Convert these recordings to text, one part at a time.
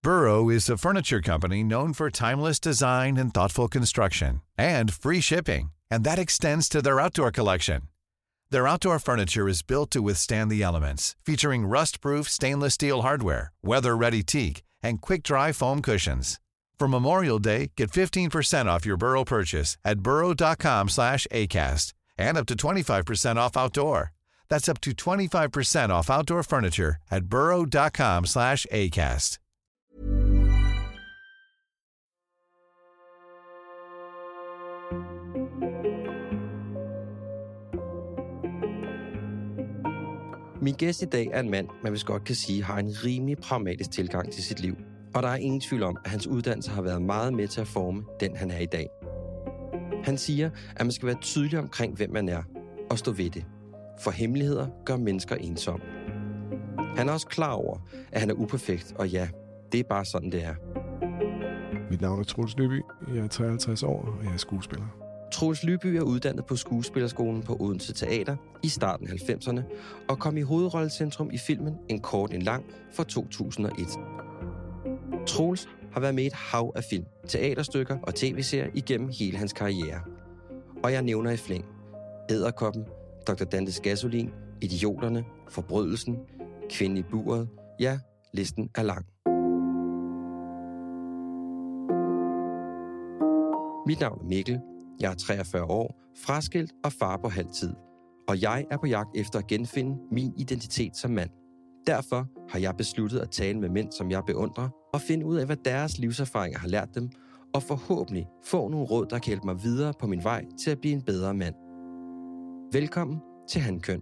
Burrow is a furniture company known for timeless design and thoughtful construction, and free shipping, and that extends to their outdoor collection. Their outdoor furniture is built to withstand the elements, featuring rust-proof stainless steel hardware, weather-ready teak, and quick-dry foam cushions. For Memorial Day, get 15% off your Burrow purchase at burrow.com/acast, and up to 25% off outdoor. That's up to 25% off outdoor furniture at burrow.com/acast. Min gæst i dag er en mand, man vist godt kan sige, har en rimelig pragmatisk tilgang til sit liv. Og der er ingen tvivl om, at hans uddannelse har været meget med til at forme den, han er i dag. Han siger, at man skal være tydelig omkring, hvem man er, og stå ved det. For hemmeligheder gør mennesker ensomme. Han er også klar over, at han er uperfekt, og ja, det er bare sådan, det er. Mit navn er Troels Lyby. Jeg er 53 år, og jeg er skuespiller. Troels Lyby er uddannet på Skuespillerskolen på Odense Teater i starten af 90'erne og kom i hovedrollecentrum i filmen En kort en lang fra 2001. Troels har været med i et hav af film, teaterstykker og tv-serier igennem hele hans karriere. Og jeg nævner i flæng: Edderkoppen, Dr. Dantes Gasolin, Idioterne, Forbrydelsen, Kvinden i buret. Ja, listen er lang. Mit navn er Mikkel. Jeg er 43 år, fraskilt og far på halv tid. Og jeg er på jagt efter at genfinde min identitet som mand. Derfor har jeg besluttet at tale med mænd, som jeg beundrer, og finde ud af, hvad deres livserfaringer har lært dem, og forhåbentlig få nogle råd, der kan hjælpe mig videre på min vej til at blive en bedre mand. Velkommen til Hankøn.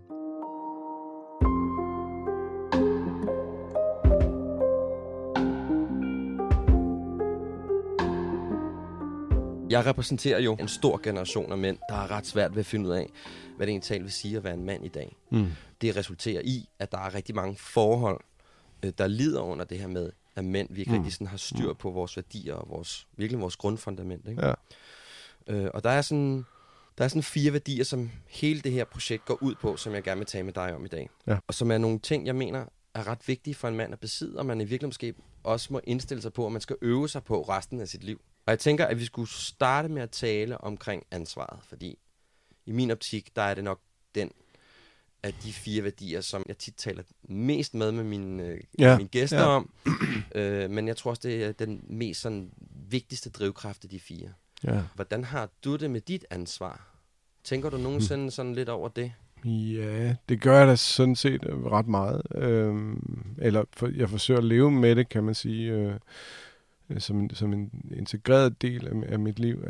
Jeg repræsenterer jo en stor generation af mænd, der har ret svært ved at finde ud af, hvad det egentlig vil sige at være en mand i dag. Det resulterer i, at der er rigtig mange forhold, der lider under det her med, at mænd virkelig rigtig sådan har styr på vores værdier og virkelig vores grundfundament. Ikke? Ja. Og der er sådan 4 værdier, som hele det her projekt går ud på, som jeg gerne vil tale med dig om i dag. Ja. Og som er nogle ting, jeg mener er ret vigtige for en mand at besidde, og man i virkelig måske også må indstille sig på, at man skal øve sig på resten af sit liv. Og jeg tænker, at vi skulle starte med at tale omkring ansvaret, fordi i min optik, der er det nok den af de 4 værdier, som jeg tit taler mest med mine gæster om. Men jeg tror også, det er den mest sådan, vigtigste drivkraft af de 4. Ja. Hvordan har du det med dit ansvar? Tænker du nogensinde sådan lidt over det? Ja, det gør jeg da sådan set ret meget. Jeg forsøger at leve med det, kan man sige, som en integreret del af mit liv.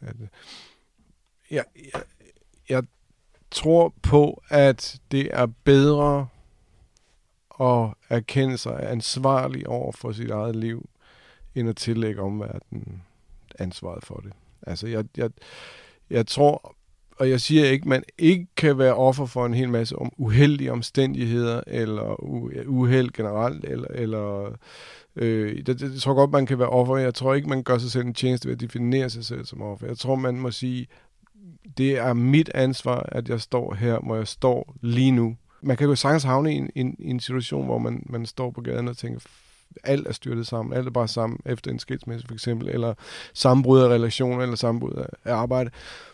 Jeg tror på, at det er bedre at erkende sig ansvarlig over for sit eget liv, end at tillægge omverdenen ansvaret for det. Altså, jeg tror, og jeg siger ikke, man ikke kan være offer for en hel masse uheldige omstændigheder, eller uheld generelt, eller jeg tror godt, man kan være offer. Jeg tror ikke, man gør sig selv en tjeneste ved at definere sig selv som offer. Jeg tror, man må sige, det er mit ansvar, at jeg står her, hvor jeg står lige nu. Man kan jo sagtens havne i en situation, hvor man står på gaden og tænker, alt er styrtet sammen, alt er bare sammen efter en skilsmisse for eksempel, eller sammenbrud af relationer, eller sammenbrud af arbejde.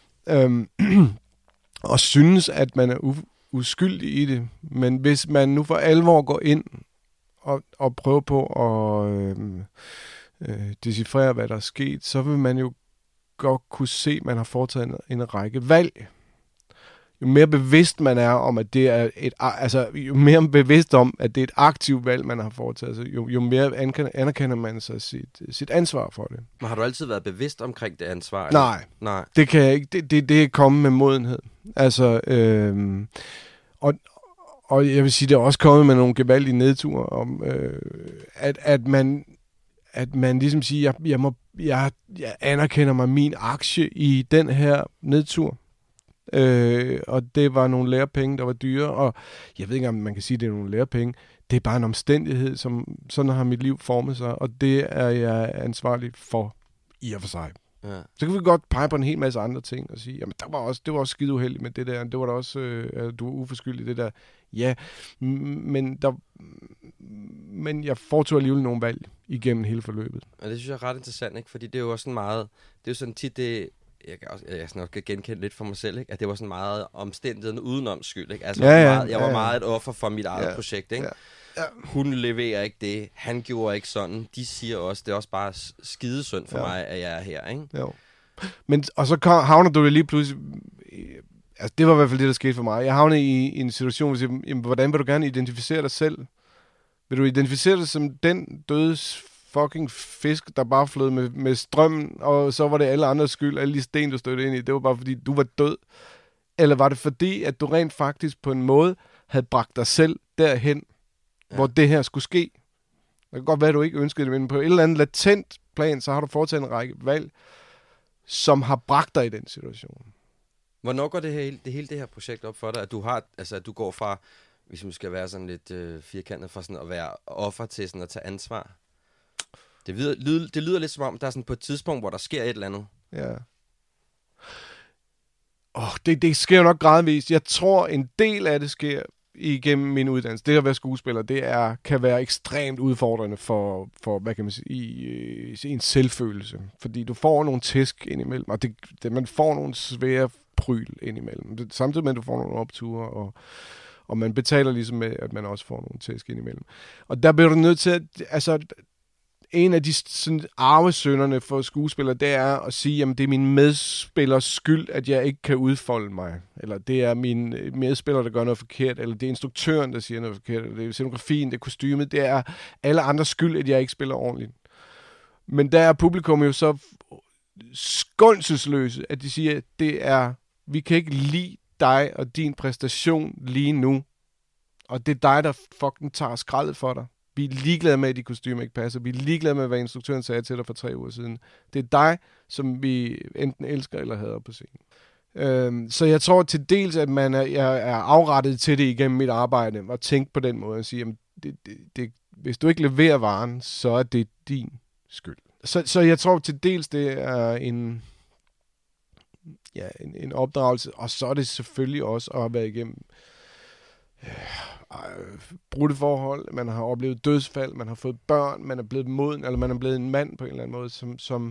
Og synes, at man er uskyldig i det. Men hvis man nu for alvor går ind og prøver på at decifrere, hvad der er sket, så vil man jo godt kunne se, at man har foretaget en række valg. Jo mere bevidst man er om, at det er jo mere bevidst om, at det er et aktivt valg, man har foretaget, så jo mere anerkender man sig sit ansvar for det. Men har du altid været bevidst omkring det ansvar? Eller? Nej. Det kan jeg ikke. Det er kommet med modenhed. Altså, og jeg vil sige, det er også kommet med nogle gevaldige nedture om, at man ligesom siger, jeg anerkender mig min aktie i den her nedtur. Og det var nogle lærepenge, der var dyre, og jeg ved ikke, om man kan sige, at det er nogle lærepenge. Det er bare en omstændighed, som sådan har mit liv formet sig, og det er jeg ansvarlig for i og for sig. Ja. Så kan vi godt pege på en hel masse andre ting og sige, jamen det var også skide uheldigt med det der, det var da også, du var uforskyldig det der. Ja, men jeg foretog alligevel nogle valg igennem hele forløbet. Og det synes jeg er ret interessant, ikke? Fordi det er jo også sådan meget, det er jo sådan tit det, jeg nok kan genkende lidt for mig selv, ikke? At det var sådan meget omstændigheden udenom skyld, ikke? Altså, jeg var meget et offer for mit eget projekt, ikke? Ja. Hun leverer ikke det, han gjorde ikke sådan. De siger også, det er også bare skidesynd for mig, at jeg er her, ikke? Jo. Men, og så havner du lige pludselig... Altså, det var i hvert fald det, der skete for mig. Jeg havnede i en situation, hvor jeg siger, jamen, hvordan vil du gerne identificere dig selv? Vil du identificere dig som den døde fucking fisk, der bare flød med strømmen, og så var det alle andres skyld, alle de sten, du stødte ind i, det var bare fordi, du var død? Eller var det fordi, at du rent faktisk på en måde havde bragt dig selv derhen, hvor det her skulle ske? Det kan godt være, at du ikke ønskede det, men på et eller andet latent plan, så har du foretaget en række valg, som har bragt dig i den situation. Hvornår går hele det her projekt op for dig, at du går fra, hvis man skal være sådan lidt firkantet, fra sådan at være offer til sådan at tage ansvar? Det lyder lidt som om, der er sådan på et tidspunkt, hvor der sker et eller andet. Ja. Det sker jo nok gradvist. Jeg tror, en del af det sker igennem min uddannelse. Det at være skuespiller, kan være ekstremt udfordrende for hvad kan man sige, i en selvfølelse. Fordi du får nogle tæsk indimellem, og man får nogle svære pryl indimellem. Samtidig med, at du får nogle opture, og man betaler ligesom med, at man også får nogle tæsk indimellem. Og der bliver du nødt til at... En af de arvesynderne for skuespillere, det er at sige, jamen det er min medspillers skyld, at jeg ikke kan udfolde mig. Eller det er min medspiller, der gør noget forkert. Eller det er instruktøren, der siger noget forkert. Eller det er scenografien, det er kostymet. Det er alle andres skyld, at jeg ikke spiller ordentligt. Men der er publikum jo så skånselsløse, at de siger, vi kan ikke lide dig og din præstation lige nu. Og det er dig, der fucking tager skraldet for dig. Vi er ligeglade med, at de kostymer ikke passer. Vi er ligeglade med, hvad instruktøren sagde til dig for 3 uger siden. Det er dig, som vi enten elsker eller hader på scenen. Så jeg tror til dels, at jeg er afrettet til det igennem mit arbejde, og tænke på den måde og sige, at hvis du ikke leverer varen, så er det din skyld. Så jeg tror til dels, det er en opdragelse, og så er det selvfølgelig også at have været igennem brudte forhold, man har oplevet dødsfald, man har fået børn, man er blevet moden, eller man er blevet en mand på en eller anden måde,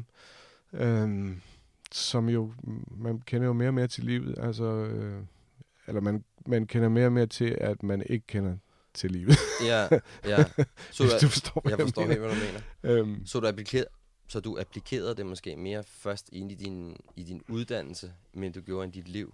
som jo, man kender jo mere og mere til livet, altså, eller man kender mere og mere til, at man ikke kender til livet. Ja. Så du forstår, jeg forstår helt, hvad du mener. Så du applikerede det måske mere først ind i din uddannelse, men du gjorde i dit liv?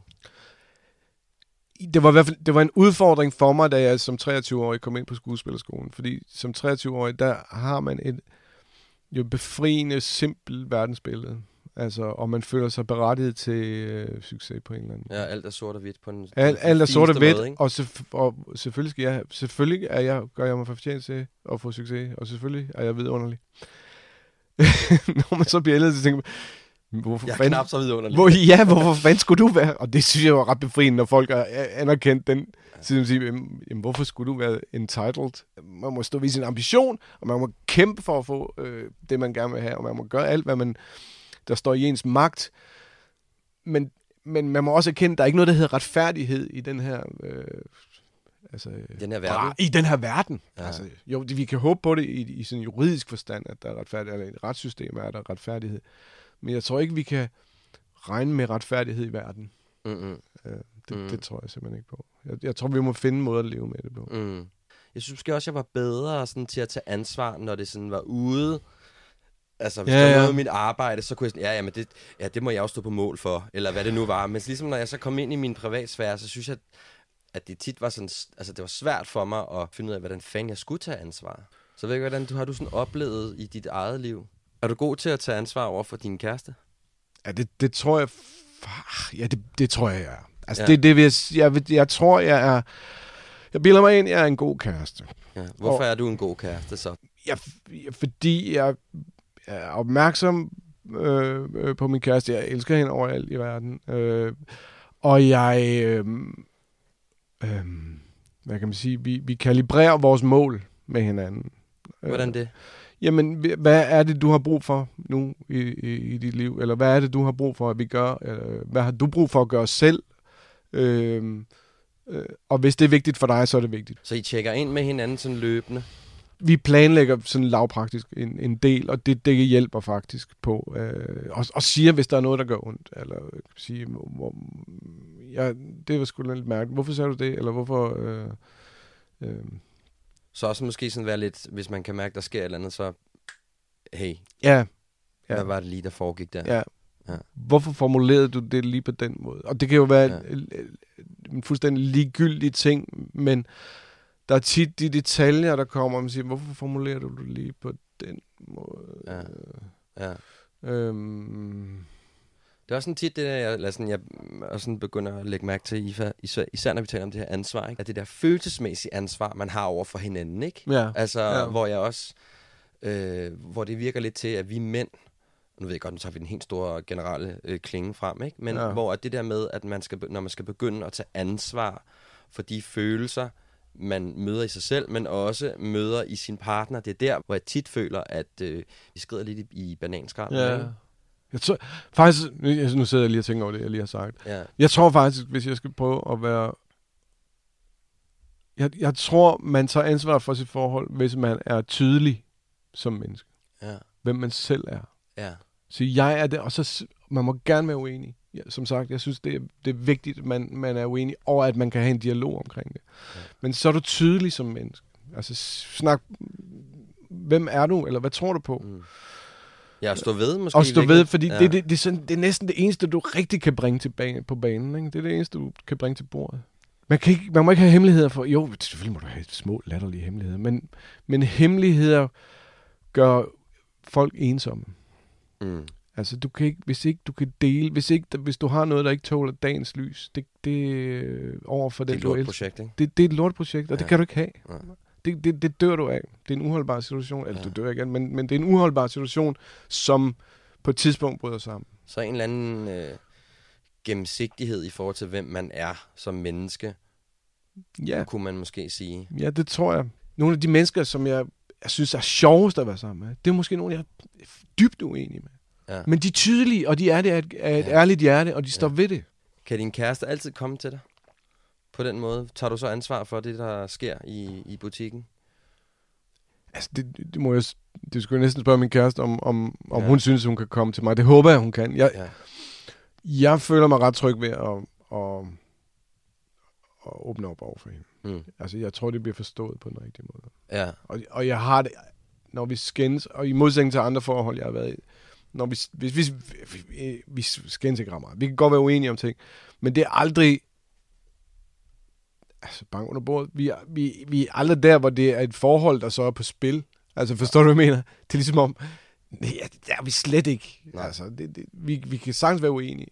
Det var en udfordring for mig, da jeg som 23-årig kom ind på skuespillerskolen. Fordi som 23-årig, der har man et jo befriende, simpelt verdensbillede. Altså, og man føler sig berettiget til succes på en eller anden. Ja, alt er sort og hvidt på en alt er sort og hvidt, og selvfølgelig gør jeg mig fortjent til at få succes, og selvfølgelig er jeg vidunderlig. Når man så bliver ældre, så tænker man, hvorfor jeg er knap så vidunderlig. Hvorfor fanden skulle du være? Og det synes jeg var ret befriende, når folk har anerkendt den. Så siger, jamen, hvorfor skulle du være entitled? Man må stå ved sin ambition, og man må kæmpe for at få det, man gerne vil have, og man må gøre alt, hvad der står i ens magt. Men man må også erkende, at der er ikke noget, der hedder retfærdighed i den her... den her verden? I den her verden. Ja. Altså, jo, vi kan håbe på det i sådan juridisk forstand, at der er retfærdighed, eller i et retssystem er der retfærdighed. Men jeg tror ikke, vi kan regne med retfærdighed i verden. Det tror jeg simpelthen ikke på. Jeg tror, vi må finde en måde at leve med det på. Jeg synes måske også, jeg var bedre sådan, til at tage ansvar, når det sådan var ude. Altså, hvis der var noget af mit arbejde, så kunne jeg sådan, det må jeg også stå på mål for, eller hvad det nu var. Men ligesom når jeg så kom ind i min privatsfære, så synes jeg, at det tit var sådan, altså det var svært for mig at finde ud af, hvordan fanden jeg skulle tage ansvar. Så ved jeg, hvordan har du sådan oplevet i dit eget liv? Er du god til at tage ansvar over for din kæreste? Ja, det tror jeg... Ja, det tror jeg er. Altså, ja. Jeg tror, jeg er... Jeg bilder mig ind, jeg er en god kæreste. Ja. Hvorfor er du en god kæreste så? Fordi jeg er opmærksom på min kæreste. Jeg elsker hende overalt i verden. Og jeg... hvad kan man sige? Vi kalibrerer vores mål med hinanden. Hvordan det? jamen, hvad er det, du har brug for nu i dit liv? Eller hvad er det, du har brug for, at vi gør? Eller, hvad har du brug for at gøre selv? Og hvis det er vigtigt for dig, så er det vigtigt. Så I tjekker ind med hinanden sådan løbende? Vi planlægger sådan lavpraktisk en del, og det hjælper faktisk på. Og siger, hvis der er noget, der gør ondt. Eller sige, det var sgu lidt mærkeligt. Hvorfor sagde du det? Eller hvorfor... Så også måske sådan være lidt, hvis man kan mærke, der sker et eller andet, så hey, ja. Hvad var det lige, der foregik der? Ja. Hvorfor formulerede du det lige på den måde? Og det kan jo være en fuldstændig ligegyldig ting, men der er tit de detaljer, der kommer, og man siger, hvorfor formulerer du det lige på den måde? Ja. Det er også sådan tit det der, jeg også sådan begynder at lægge mærke til, især når vi taler om det her ansvar, ikke? At det der følelsesmæssige ansvar, man har over for hinanden, ikke? Ja. Altså, hvor jeg også, hvor det virker lidt til, at vi mænd, nu ved jeg godt, nu tager vi den helt store generelle klinge frem, ikke? Men hvor det der med, at når man skal begynde at tage ansvar for de følelser, man møder i sig selv, men også møder i sin partner, det er der, hvor jeg tit føler, at vi skrider lidt i bananskralden, ikke? Jeg tror, faktisk, nu sidder jeg lige og tænker over det, jeg lige har sagt. Ja. Jeg tror faktisk, hvis jeg skal prøve at være... Jeg tror, man tager ansvar for sit forhold, hvis man er tydelig som menneske. Ja. Hvem man selv er. Ja. Så jeg er det, og så man må gerne være uenig. Ja, som sagt, jeg synes, det er vigtigt, at man er uenig, og at man kan have en dialog omkring det. Ja. Men så er du tydelig som menneske. Altså snak, hvem er du, eller hvad tror du på? Ja, at stå ved måske. Og stå ved, fordi det er næsten det eneste, du rigtig kan bringe på banen. Ikke? Det er det eneste, du kan bringe til bordet. Man må ikke have hemmeligheder for... Jo, selvfølgelig må du have små, latterlige hemmeligheder, men hemmeligheder gør folk ensomme. Altså, du kan ikke, hvis ikke du kan dele, hvis du har noget, der ikke tåler dagens lys, det over for det, du elsker. Det er et lortprojekt, ikke? Det er et lortprojekt, og det kan du ikke have. Ja. Det dør du af. Det er en uholdbar situation. Eller du dør igen, men det er en uholdbar situation, som på et tidspunkt bryder sammen. Så en eller anden gennemsigtighed i forhold til, hvem man er som menneske, kunne man måske sige. Ja, det tror jeg. Nogle af de mennesker, som jeg synes er sjovest at være sammen med, det er måske nogle, jeg er dybt uenig med. Ja. Men de er tydelige, og de er det af et ærligt hjerte, og de står ved det. Kan din kæreste altid komme til dig? På den måde? Tager du så ansvar for det, der sker i butikken? Altså, det skulle jeg næsten spørge min kæreste, om hun synes, hun kan komme til mig. Det håber jeg, hun kan. Jeg føler mig ret tryg ved at åbne op over for hende. Altså, jeg tror, det bliver forstået på den rigtige måde. Ja. Og jeg har det, når vi skændes, og i modsætning til andre forhold, jeg har været i, når vi skændes ikke ret meget. Vi kan godt være uenige om ting, men det er aldrig bank under bordet. Vi er aldrig der, hvor det er et forhold, der så er på spil. Altså, forstår du, hvad jeg mener? Det er ligesom om, det er vi slet ikke. Nej. Altså, vi kan sagtens være uenige,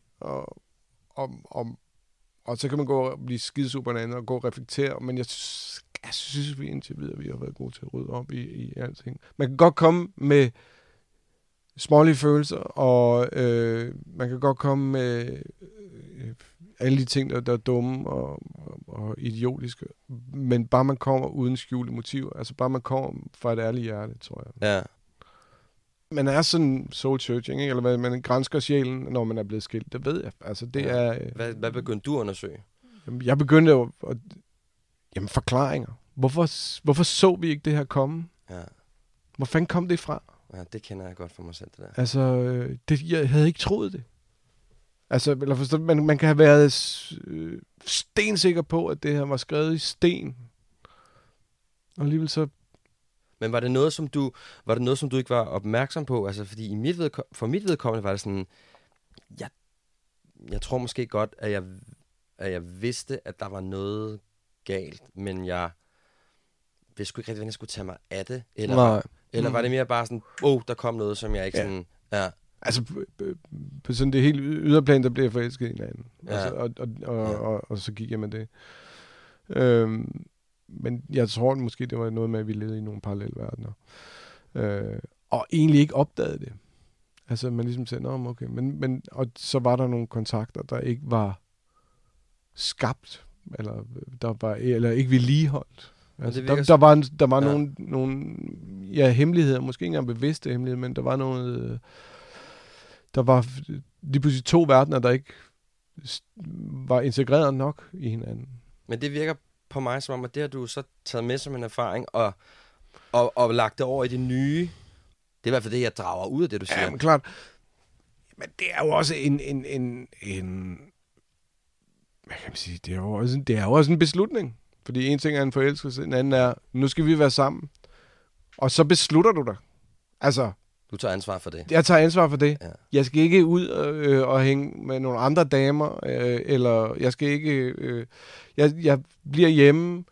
og så kan man gå og blive skidesur på hinanden og gå og reflektere, men jeg synes vi indtil videre, vi har været gode til at rydde op i alting. Man kan godt komme med smålige følelser, og man kan godt komme med alle de ting, der er dumme og idiotiske, men bare man kommer uden skjulte motiver. Altså bare man kommer fra et ærligt hjerte, tror jeg. Ja. Man er sådan soul searching, ikke? Eller man gransker sjælen, når man er blevet skilt. Det ved jeg. Altså det er... Hvad begyndte du at undersøge? Jeg begyndte at forklaringer. Hvorfor så vi ikke det her komme? Ja. Hvor fanden kom det fra? Ja, det kender jeg godt for mig selv, det der. Altså, jeg havde ikke troet det. Altså, eller forstå, man kan have været stensikker på, at det her var skrevet i sten. Og alligevel så... Men var det noget, som du ikke var opmærksom på? Altså, fordi for mit vedkommende var det sådan... Jeg tror måske godt, at jeg vidste, at der var noget galt, men jeg vidste sgu ikke rigtig, hvordan jeg skulle tage mig af det. Eller var det mere bare sådan, der kom noget, som jeg ikke sådan... Ja. Altså, på sådan det helt yderplan, der blev jeg forelsket i hinanden. Ja. Altså, og så gik jeg med det. Men jeg tror måske, det var noget med, at vi levede i nogle parallelle verdener. Og egentlig ikke opdagede det. Altså, man ligesom sagde, okay. Men, og så var der nogle kontakter, der ikke var skabt, eller ikke vedligeholdt. Altså, der var nogle hemmeligheder, måske ikke engang bevidste hemmeligheder, men der var noget... der var lige pludselig 2 verdener, der ikke var integreret nok i hinanden. Men det virker på mig som om, at det har du så taget med som en erfaring, og lagt det over i det nye. Det er i hvert fald det, jeg drager ud af det, du siger. Ja, men klart. Men det er jo også en hvad kan man sige, det er jo også en beslutning. Fordi en ting er en forelskelse, en anden er, nu skal vi være sammen. Og så beslutter du dig. Altså... Du tager ansvar for det. Jeg tager ansvar for det. Ja. Jeg skal ikke ud og hænge med nogle andre damer, eller jeg skal ikke... Jeg bliver hjemme,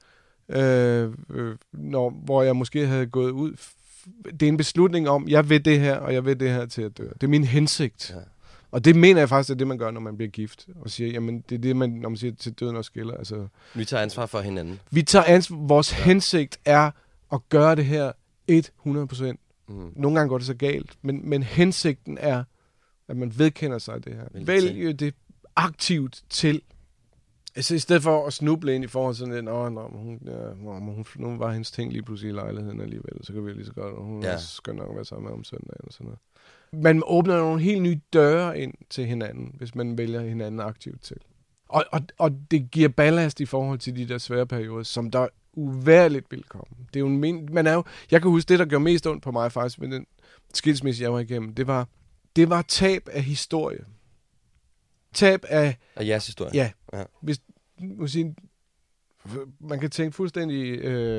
hvor jeg måske havde gået ud. Det er en beslutning om, jeg vil det her, og jeg vil det her til at dø. Det er min hensigt. Ja. Og det mener jeg faktisk, er det, man gør, når man bliver gift. Og siger, jamen, det er det, når man siger til døden og skiller. Altså, vi tager ansvar for hinanden. Vi tager ansvar. Vores hensigt er at gøre det her 100%. Nogle gange går det så galt, men hensigten er, at man vedkender sig det her. Vælg det aktivt til. Altså i stedet for at snuble ind i forhold til sådan, nu var hendes ting lige pludselig i lejligheden alligevel, så kan vi lige så godt, og hun er skøn nok at være sammen med om søndagen og sådan noget. Man åbner nogle helt nye døre ind til hinanden, hvis man vælger hinanden aktivt til. Og det giver ballast i forhold til de der svære perioder, som der uværligt vil komme. Det er jo jeg kan huske, det der gjorde mest ondt på mig faktisk med den skilsmisse, jeg var igennem, det var tab af historie. Tab af jeres historie. Ja. Hvis man kan tænke fuldstændig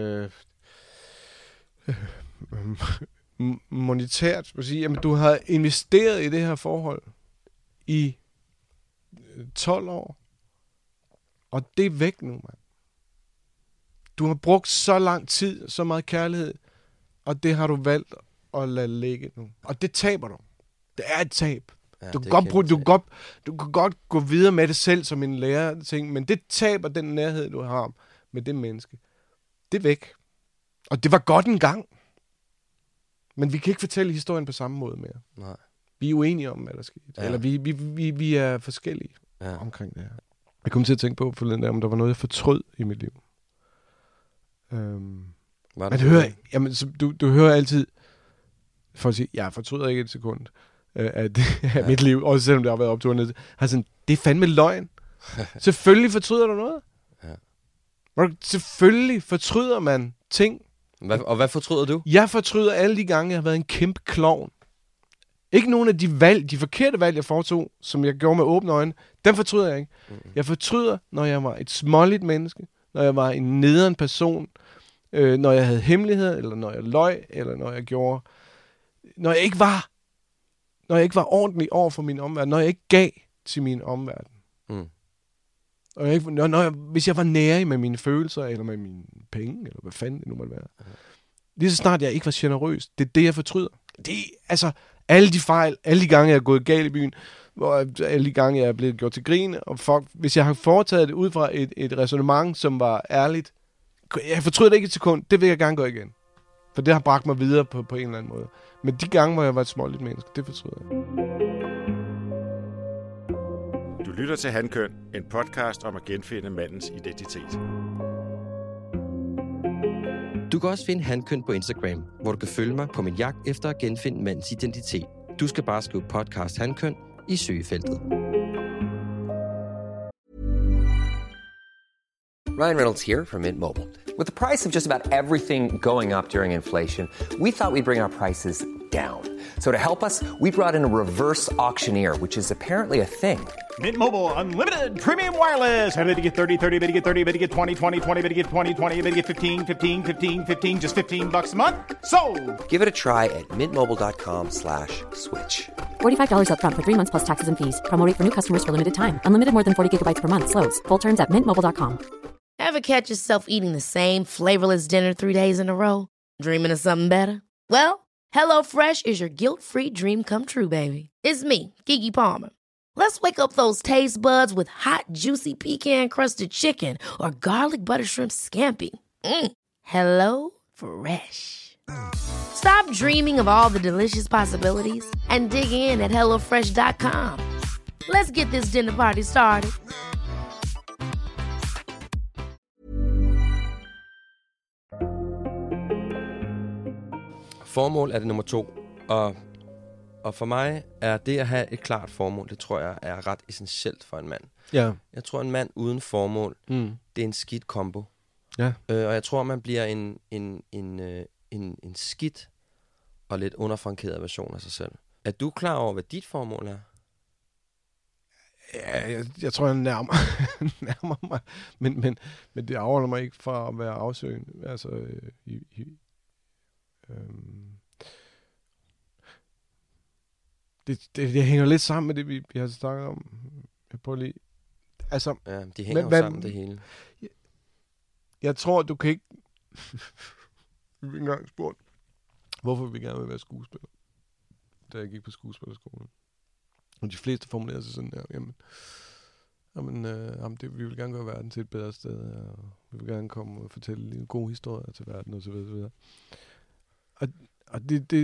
monetært, jamen du har investeret i det her forhold i 12 år, og det er væk nu, mand. Du har brugt så lang tid, så meget kærlighed, og det har du valgt at lade ligge nu. Og det taber du. Det er et tab. Ja, du kan godt gå videre med det selv som en lærer-ting, men det taber den nærhed, du har med det menneske. Det er væk. Og det var godt en gang. Men vi kan ikke fortælle historien på samme måde mere. Nej. Vi er uenige om, hvad der skete. Ja. Eller vi er forskellige omkring det her. Jeg kom til at tænke på forleden dag, om der var noget, jeg fortrød i mit liv. Man hører, jamen, så du hører altid folk sige, jeg fortryder ikke et sekund af mit liv, også selvom det har været optur ned. Sådan, det er fandme løgn. Selvfølgelig fortryder du noget. Ja. Selvfølgelig fortryder man ting. Hvad fortryder du? Jeg fortryder alle de gange, jeg har været en kæmpe klovn. Ikke nogen af de forkerte valg, jeg foretog, som jeg gjorde med åbne øjne, dem fortryder jeg ikke. Jeg fortryder, når jeg var et småligt menneske, når jeg var en nederen person, når jeg havde hemmeligheder, eller når jeg løg, eller når jeg ikke var ordentlig over for min omverden, når jeg ikke gav til min omverden. Og hvis jeg var nærig med mine følelser, eller med mine penge, eller hvad fanden det nu måtte være. Lige så snart jeg ikke var generøs, det er det, jeg fortryder. Det altså alle de fejl, alle de gange, jeg er gået galt i byen, alle de gange, jeg er blevet gjort til grin, og hvis jeg har foretaget det ud fra et ræsonnement, som var ærligt, jeg fortryder det ikke et sekund, det vil jeg gerne gøre igen. For det har bragt mig videre på en eller anden måde. Men de gange, hvor jeg var et småligt menneske, det fortryder jeg. Du lytter til Hankøn, en podcast om at genfinde mandens identitet. Du kan også finde Hankøn på Instagram, hvor du kan følge mig på min jagt efter at genfinde mandens identitet. Du skal bare skrive podcast Hankøn i søgefeltet. Ryan Reynolds here from Mint Mobile. With the price of just about everything going up during inflation, we thought we'd bring our prices down. So to help us, we brought in a reverse auctioneer, which is apparently a thing. Mint Mobile Unlimited Premium Wireless. How to get 30, 30, bit to get 30, bit to get 20, 20, 20, bit to get 20, 20, bit to get 15, 15, 15, 15, just $15 a month? Sold! Give it a try at mintmobile.com/switch. $45 up front for 3 months plus taxes and fees. Promo rate for new customers for limited time. Unlimited more than 40 gigabytes per month. Slows full terms at mintmobile.com. Ever catch yourself eating the same flavorless dinner 3 days in a row? Dreaming of something better? Well, HelloFresh is your guilt-free dream come true, baby. It's me, Keke Palmer. Let's wake up those taste buds with hot, juicy pecan-crusted chicken or garlic butter shrimp scampi. Hello Fresh. Stop dreaming of all the delicious possibilities and dig in at HelloFresh.com. Let's get this dinner party started. Formål er det nummer 2, og for mig er det at have et klart formål, det tror jeg er ret essentielt for en mand. Ja. Jeg tror, en mand uden formål, det er en skidt kombo. Ja. Og jeg tror, man bliver en skidt og lidt underfrankeret version af sig selv. Er du klar over, hvad dit formål er? Ja, jeg tror, jeg nærmer mig. Men det afholder mig ikke fra at være afsøgende. Altså, det hænger lidt sammen med det, vi har snakket om. Jeg prøver lige. Altså, ja, de hænger jo sammen, det hele. Jeg tror, du kan ikke... Vi har engang spurgt, hvorfor vi gerne vil være skuespiller, da jeg gik på skuespillerskolen. Og de fleste formulerede sig sådan der, vi vil gerne gøre verden til et bedre sted, og vi vil gerne komme og fortælle gode historier til verden, og så videre. Og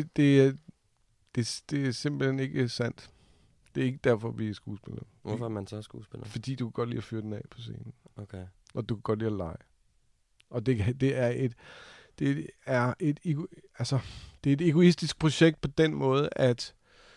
det er simpelthen ikke sandt. Det er ikke derfor, vi er skuespillere. Hvorfor er man så skuespiller? Fordi du kan godt lide at fyre den af på scenen. Okay. Og du kan godt lide at lege. Og det er et egoistisk projekt på den måde, at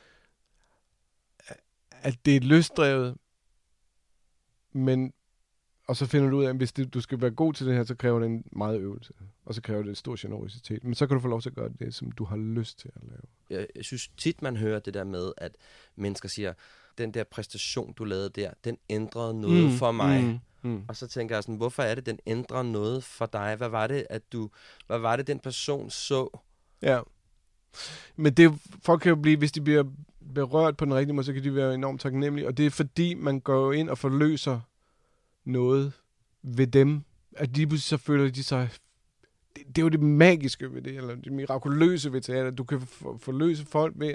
det er lystdrevet, men og så finder du ud af, at hvis du skal være god til det her, så kræver det en meget øvelse, og så kræver det en stor generøsitet. Men så kan du få lov til at gøre det, som du har lyst til at lave. Jeg synes tit, man hører det der med, at mennesker siger, den der præstation, du lavede der, den ændrede noget for mig. Og så tænker jeg sådan, hvorfor er det, den ændrer noget for dig? Hvad var det, den person så? Ja. Men folk kan jo blive, hvis de bliver berørt på den rigtige måde, så kan de være enormt taknemmelige. Og det er fordi, man går ind og forløser noget ved dem, at de pludselig så føler de sig... Det er jo det magiske ved det, eller det mirakuløse ved teater. Du kan forløse folk ved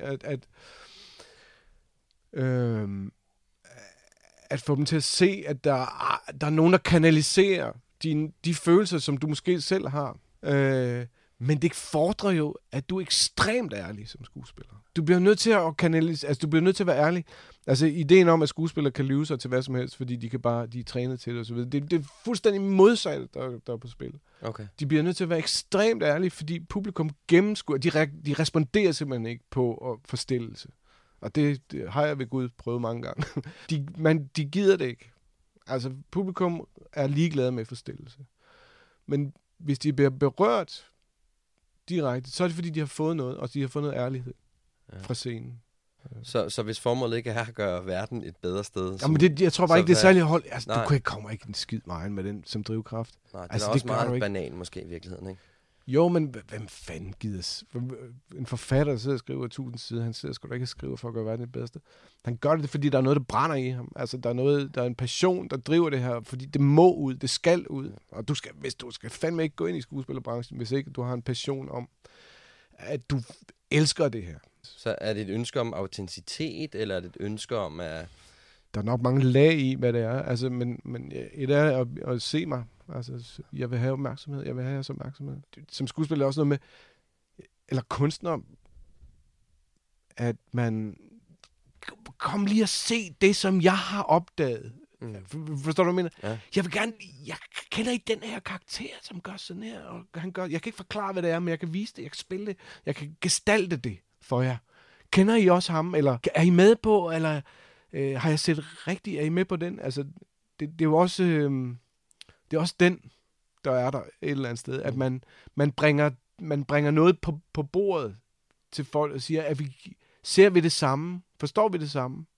at få dem til at se, at der er nogen, der kanaliserer de følelser, som du måske selv har. Men det fordrer jo, at du er ekstremt ærlig som skuespiller. Du bliver nødt til at kanalisere, altså du bliver nødt til at være ærlig. Altså ideen om, at skuespillere kan lyve sig til hvad som helst, fordi de er trænet til det og så videre. Det er fuldstændig modsat, der er på spil. Okay. De bliver nødt til at være ekstremt ærlige, fordi publikum gennemskuer, de responderer simpelthen ikke på forstillelse. Og det har jeg ved Gud prøvet mange gange. De gider det ikke. Altså publikum er ligeglade med forstillelse. Men hvis de bliver berørt direkte, så er det fordi, de har fået noget, og de har fået noget ærlighed fra scenen. Så hvis formålet ikke er at gøre verden et bedre sted... Jamen jeg tror bare ikke, det er særligt hold. Altså, du kommer ikke en skid meget med den som drivkraft. Nej, det er også meget banal måske i virkeligheden, ikke? Jo, men hvem fanden gider... En forfatter, der sidder og skriver 1000 sider, han sidder sgu da ikke og skriver for at gøre verden det bedste. Han gør det, fordi der er noget, der brænder i ham. Altså, der er en passion, der driver det her, fordi det må ud, det skal ud. Og hvis du skal fandme ikke gå ind i skuespillerbranchen, hvis ikke du har en passion om, at du elsker det her. Så er det et ønske om autenticitet, eller er det et ønske om at... Der er nok mange lag i, hvad det er. Altså, men et er at se mig. Altså, jeg vil have opmærksomhed. Jeg vil have jeres opmærksomhed. Som skuespiller er også noget med, eller kunstner, at man kom lige at se det, som jeg har opdaget. Forstår du, hvad jeg mener? Ja. Jeg kender ikke den her karakter, som gør sådan her, og jeg kan ikke forklare, hvad det er, men jeg kan vise det, jeg kan spille det, jeg kan gestalte det for jer. Kender I også ham, eller er I med på, eller har jeg set rigtigt, er I med på den? Altså, det er jo også... Det er også den, der er der et eller andet sted, at man bringer noget på bordet til folk og siger, at ser vi det samme? Forstår vi det samme?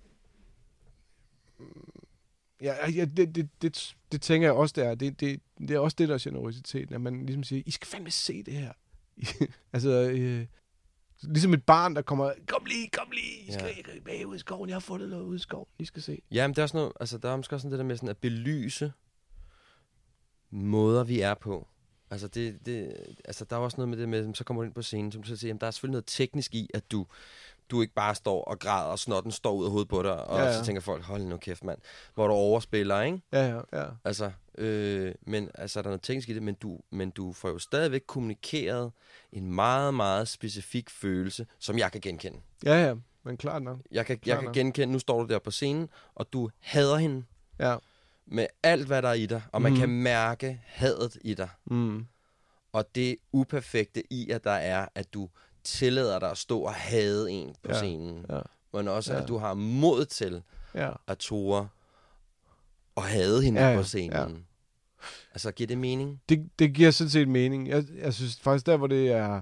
Ja, det tænker jeg også, det er. Det er også det, der er generøsitet, at man ligesom siger, I skal fandme se det her. Altså, ligesom et barn, der kommer, kom lige, I skal bag ud i skoven, jeg har fundet noget ude i skoven, I skal se. Ja, men det er også noget, altså der er måske også sådan det der med sådan at belyse måder, vi er på. Altså, altså der er også noget med det med, så kommer du ind på scenen, som du siger, jamen, der er selvfølgelig noget teknisk i, at du ikke bare står og græder, og snotten står ud af hovedet på dig, og så tænker folk, hold nu kæft, mand. Hvor du overspiller, ikke? Ja. Altså, men altså, der er noget teknisk i det, men du får jo stadigvæk kommunikeret en meget, meget specifik følelse, som jeg kan genkende. Ja, men klart nok. Jeg kan genkende, nu står du der på scenen, og du hader hende. Ja. Med alt, hvad der er i dig, og man kan mærke hadet i dig. Og det uperfekte i, at der er, at du tillader dig at stå og hade en på scenen. Ja. Men også, at du har mod til at ture og hade hende på scenen. Ja. Altså, giver det mening? Det giver sådan set mening. Jeg synes faktisk, der hvor det er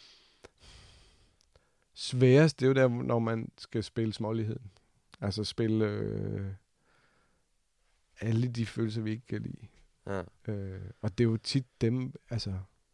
sværest, det er jo der, når man skal spille småligheden. Altså spille alle de følelser, vi ikke kan lide. Ja. Og det er jo tit dem, altså...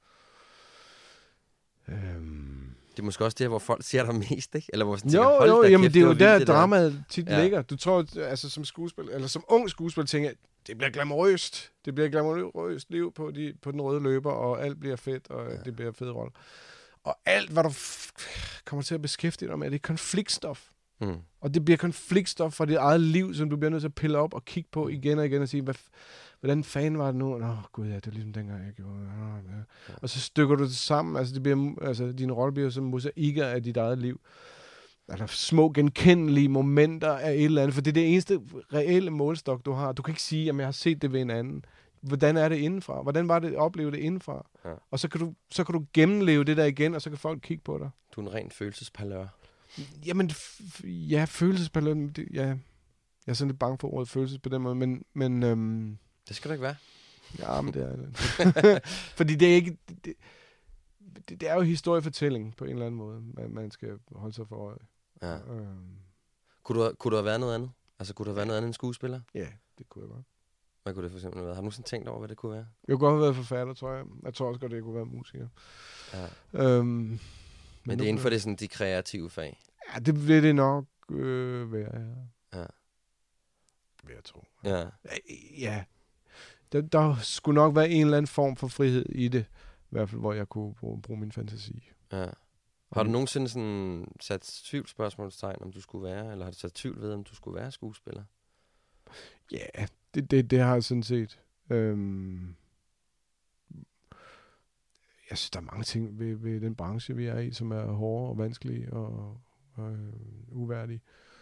Det er måske også det, hvor folk ser dig mest, ikke? Eller hvor sådan jo, jamen det er jo der, dramaet tit ligger. Du tror, altså som skuespiller, eller som ung skuespiller, tænker jeg, det bliver glamourøst. Det bliver glamourøst liv på den røde løber, og alt bliver fedt, og det bliver fed rolle. Og alt, hvad du kommer til at beskæftige dig med, det er konfliktstof. Mm. Og det bliver konfliktstof fra dit eget liv, som du bliver nødt til at pille op og kigge på igen og igen og sige, hvordan fanden var det nu? Gud ja, det er ligesom dengang, jeg gjorde det. Og så stykker du det sammen. Altså, din rolle bliver som mosaikker af dit eget liv. Altså små genkendelige momenter af et eller andet, for det er det eneste reelle målstok, du har. Du kan ikke sige, at jeg har set det ved en anden. Hvordan er det indenfra? Hvordan var det at opleve det indenfra? Ja. Og så kan du gennemleve det der igen, og så kan folk kigge på dig. Du er en ren følelsespalør. Jamen, følelsespalør, jeg er sådan lidt bange for ordet følelses på den måde, men det skal du ikke være. Ja, men det er det. Fordi det er ikke... Det er jo historiefortælling på en eller anden måde, man skal holde sig for øje. Ja. Kunne du have været noget andet? Altså, kunne du have været noget andet end skuespiller? Ja, det kunne jeg godt. Hvad kunne det for eksempel have været? Har du nogensinde tænkt over, hvad det kunne være? Jeg kunne godt have været forfatter, tror jeg. Jeg tror også godt, det kunne være musiker. Ja. Men det er inden for det, sådan, de kreative fag? Ja, det vil det nok være, ja. Vil jeg tro. Ja. Ja. Der skulle nok være en eller anden form for frihed i det. I hvert fald, hvor jeg kunne bruge min fantasi. Ja. Har du nogensinde sådan sat tvivlsspørgsmålstegn, om du skulle være, eller har du sat tvivl ved, om du skulle være skuespiller? Ja, det har jeg sådan set. Jeg synes, der er mange ting ved den branche, vi er i, som er hårde og vanskelige og uværdige.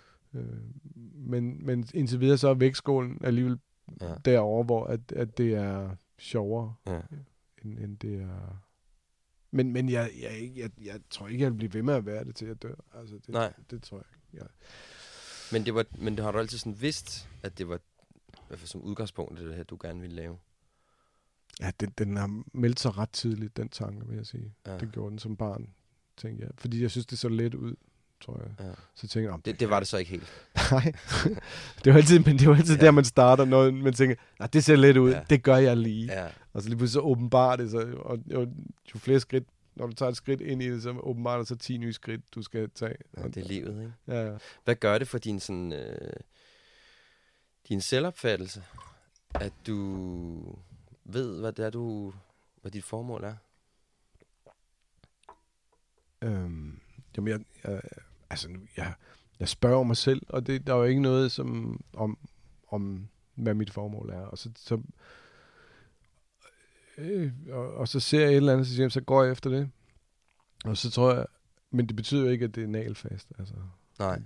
Men indtil videre, så er vægtskålen alligevel derovre, hvor at det er sjovere, end det er... Men jeg tror ikke, jeg vil blive ved med at være det til at dø. Altså, det tror jeg ikke. Men det har du altid sådan vidst, at det var i hvert fald som udgangspunkt, det her, du gerne ville lave? Ja, den har meldt sig ret tidligt, den tanke, vil jeg sige. Ja. Det gjorde den som barn, tænkte jeg. Fordi jeg synes, det så let ud, tror jeg. Ja. Så tænkte jeg... Det var det så ikke helt? Nej. det var altid der, man starter, når man tænker, det ser let ud, det gør jeg lige. Ja. Og så lige pludselig så åbenbart det sig, og jo flere skridt, når du tager et skridt ind i det, så åbenbart der så 10 nye skridt, du skal tage. Ja, det er livet, ikke? Ja. Hvad gør det for din sådan... din selvopfattelse, at du ved, hvad det er, hvad dit formål er? Jamen, jeg spørger mig selv, og der er jo ikke noget som om hvad mit formål er. Og så ser jeg et eller andet, så går jeg efter det. Og så tror jeg, men det betyder jo ikke, at det er nagelfast. Altså, nej.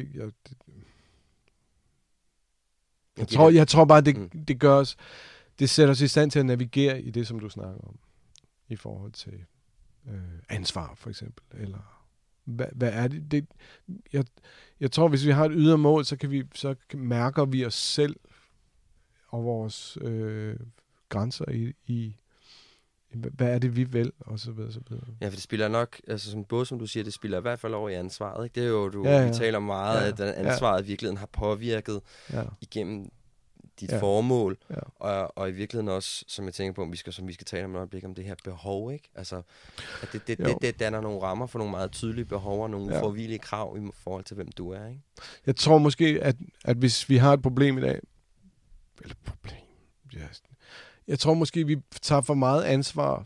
Jeg tror bare, det gør os, det sætter os i stand til at navigere i det, som du snakker om, i forhold til ansvar, for eksempel, eller hvad er det? Jeg tror, hvis vi har et ydre mål, så mærker vi os selv og vores grænser i hvad er det, vi vil, og så videre, så videre. Ja, for det spiller nok, altså både som du siger, det spiller i hvert fald over i ansvaret, ikke? Det er jo, vi taler meget, at ansvaret i virkeligheden har påvirket igennem dit formål, og i virkeligheden også, som jeg tænker på, som vi skal tale om et øjeblik, om det her behov, ikke? Altså, at det danner nogle rammer for nogle meget tydelige behov, og nogle forvillige krav i forhold til, hvem du er, ikke? Jeg tror måske, at hvis vi har et problem i dag, eller problem, jeg tror måske, vi tager for meget ansvar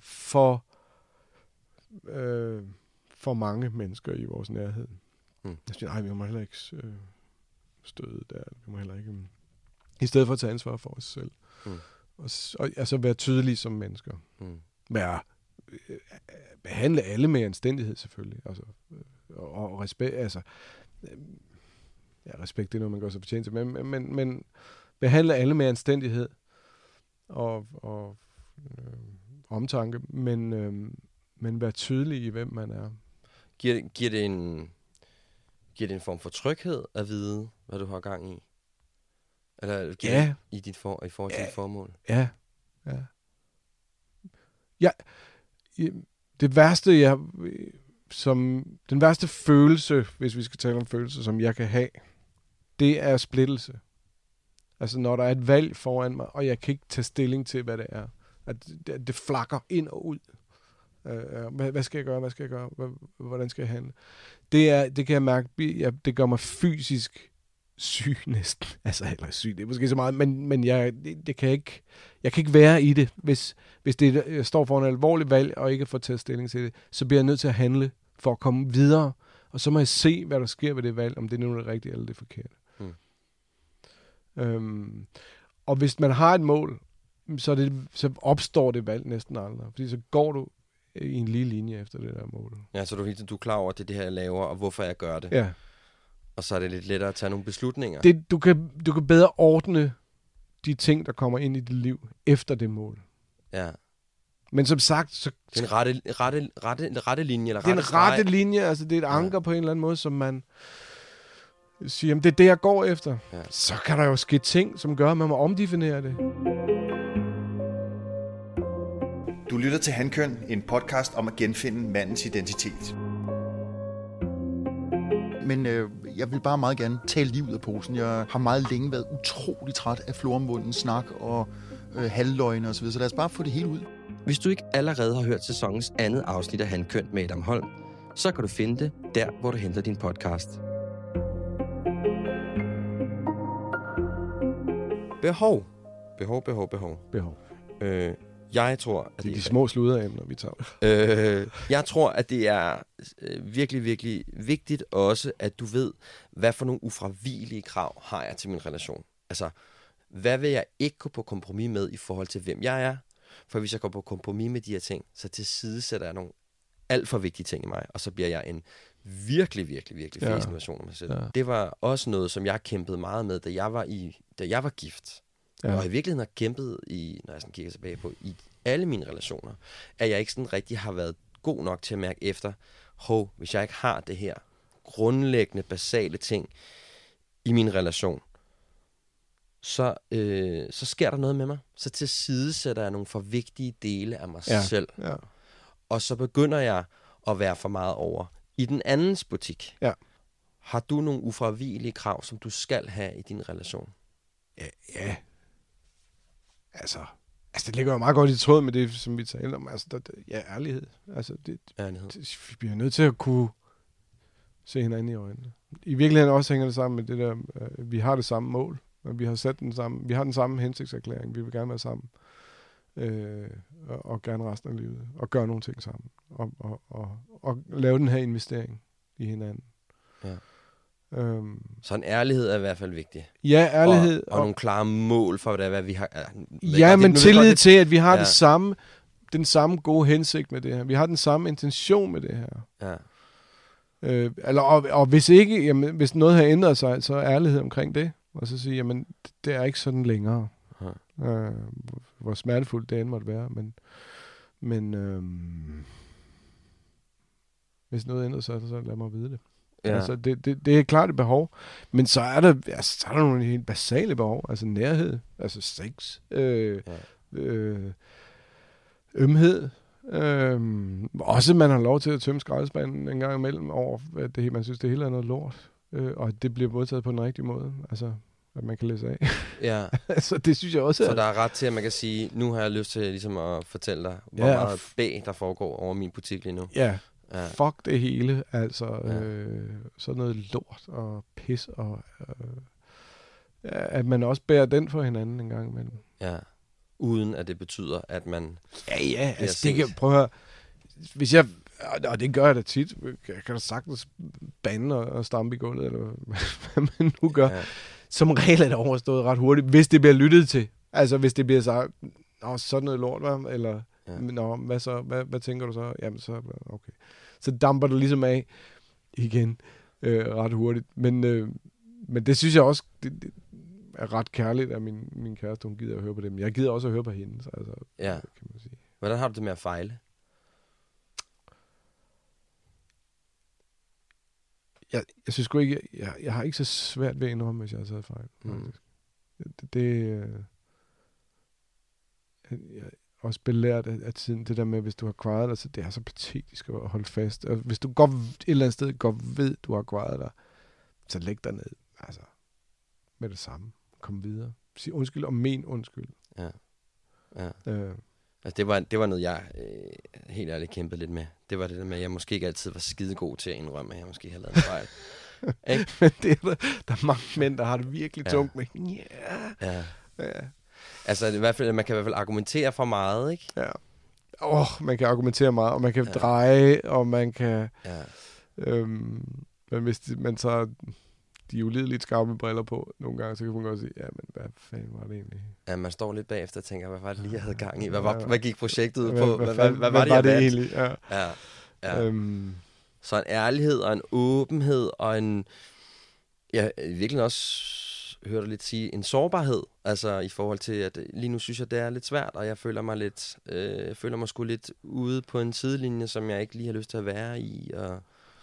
for mange mennesker i vores nærhed. Jeg siger, vi må heller ikke støde der, vi må heller ikke... I stedet for at tage ansvar for os selv. Og altså være tydelige som mennesker. Behandle alle med anstændighed, selvfølgelig. Altså, og respekt, altså... respekt, det er noget, man gør sig fortjent til. Men behandle alle med anstændighed. Og omtanke, men være tydelig i, hvem man er. Giver det en form for tryghed at vide, hvad du har gang i? Eller giver det i forhold til dit formål? Ja. Det værste, den værste følelse, hvis vi skal tale om følelser, som jeg kan have, det er splittelse. Altså når der er et valg foran mig, og jeg kan ikke tage stilling til, hvad det er. At det flakker ind og ud. Hvad skal jeg gøre? Hvordan skal jeg handle? Det kan jeg mærke, det gør mig fysisk syg næsten. Altså heller syg, det er måske så meget, men jeg kan ikke være i det. Hvis jeg står for en alvorlig valg, og ikke får taget stilling til det, så bliver jeg nødt til at handle for at komme videre. Og så må jeg se, hvad der sker ved det valg, om det nu er det rigtige eller det forkerte. Og hvis man har et mål, så opstår det valg næsten aldrig. Fordi så går du i en lige linje efter det der mål. Ja, så du er klar over, at det er det her, jeg laver, og hvorfor jeg gør det. Ja. Og så er det lidt lettere at tage nogle beslutninger. Du kan bedre ordne de ting, der kommer ind i dit liv efter det mål. Ja. Men som sagt... Så, den rette linje, eller den rette linje, altså det er et anker på en eller anden måde, som man siger, jamen det er det, jeg går efter. Ja. Så kan der jo ske ting, som gør, at man må omdefinere det. Du lytter til Hankøn, en podcast om at genfinde mandens identitet. Men jeg vil bare meget gerne tale livet af posen. Jeg har meget længe været utrolig træt af floromvundens snak og halvløgne osv., så lad os bare få det hele ud. Hvis du ikke allerede har hørt sæsonens andet afsnit af Hankøn med Adam Holm, så kan du finde det der, hvor du henter din podcast. Behov. Jeg tror, at det er de små sluderemner, vi tager. Jeg tror, at det er virkelig, virkelig vigtigt også, at du ved, hvad for nogle ufravigelige krav har jeg til min relation. Altså, hvad vil jeg ikke gå på kompromis med i forhold til, hvem jeg er? For hvis jeg går på kompromis med de her ting, så til side sætter jeg nogle alt for vigtige ting i mig, og så bliver jeg en virkelig, virkelig, virkelig fæsende version af mig selv. Ja. Det var også noget, som jeg kæmpede meget med, da jeg var gift. Ja. Og i virkeligheden har kæmpet når jeg sådan kigger tilbage på, i alle mine relationer, at jeg ikke sådan rigtig har været god nok til at mærke efter, hvis jeg ikke har det her grundlæggende, basale ting i min relation, så sker der noget med mig. Så til side sætter jeg nogle for vigtige dele af mig selv. Ja. Og så begynder jeg at være for meget over i den andens butik. Ja. Har du nogle ufravigelige krav, som du skal have i din relation? Ja. Altså, det ligger jo meget godt i tråd med det, som vi taler om. Altså, ærlighed. Altså, vi bliver nødt til at kunne se hinanden i øjnene. I virkeligheden også hænger det sammen med det der, vi har det samme mål. Vi har den samme hensigtserklæring. Vi vil gerne være sammen. Og gerne resten af livet. Og gøre nogle ting sammen. Og lave den her investering i hinanden. Ja. Så en ærlighed er i hvert fald vigtig. Ja, ærlighed. Og nogle klare mål for, hvad vi har. Men tillid til, at vi har den samme gode hensigt med det her. Vi har den samme intention med det her. Ja. Og hvis ikke, jamen, hvis noget har ændret sig, så er ærlighed omkring det. Og så sige, jamen, det er ikke sådan længere. Hvor smertefuldt det end måtte være. Men hvis noget ændrer sig, så lad mig vide det. Ja. Altså, det er klart et behov. Men så er der nogle helt basale behov. Altså nærhed, altså sex, ømhed. Også man har lov til at tømme skraldespanden en gang imellem over, at man synes, det hele er noget lort. Og at det bliver modtaget på den rigtige måde. Altså, at man kan læse af. Ja. Altså, det synes jeg også. Så der er ret til, at man kan sige, nu har jeg lyst til ligesom at fortælle dig, hvor meget bag der foregår over min butik lige nu. Ja. Ja. Fuck det hele, altså sådan noget lort og pis og at man også bærer den for hinanden en gang imellem. Ja, uden at det betyder, at man altså det kan, prøv at høre, hvis jeg, og det gør jeg da tit, jeg kan da sagtens bande og stampe i gulvet, eller hvad man nu gør. Ja. Som regel er det overstået ret hurtigt, hvis det bliver lyttet til. Altså hvis det bliver sagt, sådan noget lort, var, eller hvad så, hvad tænker du så? Jamen så, okay. Så damper det ligesom af igen ret hurtigt. Men det synes jeg også, det er ret kærligt, at min kæreste, hun gider at høre på dem. Jeg gider også at høre på hende. Altså, ja. Kan man sige. Hvordan har du det med at fejle? Jeg synes sgu ikke, jeg har ikke så svært ved at indrømme, hvis jeg har taget fejl. Jeg er også belært af tiden, det der med, hvis du har kvaret dig, så det er så patetisk at holde fast. Og hvis du går et eller andet sted godt ved, du har kvaret dig, så læg dig ned. Altså, med det samme. Kom videre. Sig undskyld og men undskyld. Ja. Altså, det var noget, jeg helt ærligt kæmpede lidt med. Det var det der med, at jeg måske ikke altid var skidegod til at indrømme, at jeg måske havde lavet en fejl. Men der er mange mænd, der har det virkelig tungt med. Ja. Altså, i hvert fald, man kan i hvert fald argumentere for meget, ikke? Ja. Man kan argumentere meget, og man kan dreje, og man kan... Ja. Men hvis man tager de ulideligt skarpe briller på nogle gange, så kan man godt sige, ja, men hvad fanden var det egentlig? Ja, man står lidt bagefter og tænker, hvad var det lige, jeg havde gang i? Hvad gik projektet ud på? Hvad var det egentlig? Ja. Så en ærlighed og en åbenhed og en... Ja, virkelig også... hørte lidt sige, en sårbarhed, altså i forhold til, at lige nu synes jeg, det er lidt svært, og jeg føler mig sgu lidt ude på en sidelinje, som jeg ikke lige har lyst til at være i, og...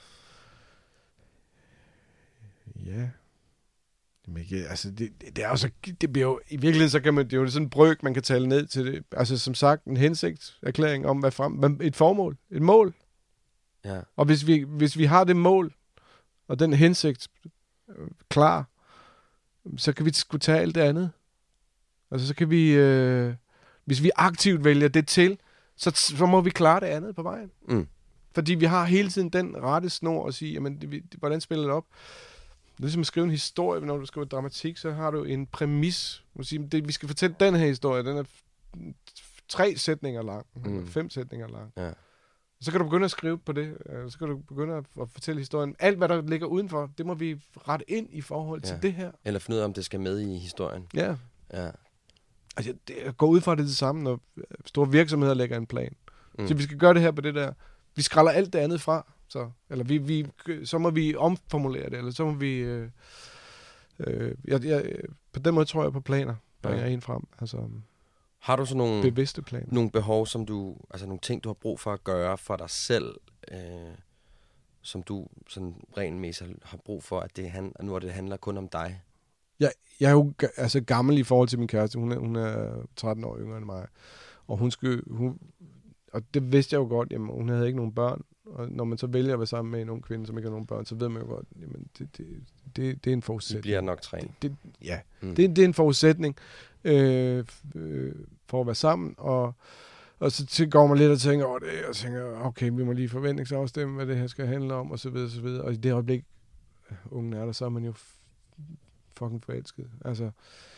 Ja. Men altså, det er jo så, det bliver jo, i virkeligheden, så kan man, det er jo sådan en brøk, man kan tale ned til det. Altså, som sagt, en hensigtserklæring om, et formål, et mål. Ja. Og hvis vi har det mål, og den hensigt klar, så kan vi sgu tage alt det andet. Altså, så kan vi... hvis vi aktivt vælger det til, så må vi klare det andet på vejen. Mm. Fordi vi har hele tiden den rette snor at sige, jamen, hvordan spiller det op? Det er ligesom at skrive en historie, når du skriver dramatik, så har du en præmis. Vi skal fortælle den her historie, den er 3 sætninger lang, 5 sætninger lang. Ja. Så kan du begynde at skrive på det. Så kan du begynde at fortælle historien. Alt, hvad der ligger udenfor, det må vi rette ind i forhold til det her. Eller finde ud af, om det skal med i historien. Ja. Altså, det går ud fra det samme, når store virksomheder lægger en plan. Så vi skal gøre det her på det der. Vi skræller alt det andet fra. Så må vi omformulere det, eller så må vi... på den måde tror jeg på planer, bringer en frem. Altså... Har du så nogle bevidste planer? Nogle behov, som du, altså nogle ting, du har brug for at gøre for dig selv, som du sådan regelmæssigt har brug for, at nu det handler kun om dig? Jeg er jo altså gammel i forhold til min kæreste. Hun er 13 år yngre end mig. Og og det vidste jeg jo godt, jamen, hun havde ikke nogen børn. Og når man så vælger at være sammen med en ung kvinde, som ikke har nogen børn, så ved man jo godt, jamen, det er en forudsætning. Det bliver nok træning. Det er en forudsætning for at være sammen, og så går man lidt og tænker over det, og tænker, okay, vi må lige forventningsafstemme, hvad det her skal handle om, og så videre, og så videre. Og i det øjeblik, ungen er der, så er man jo fucking forelsket. Altså,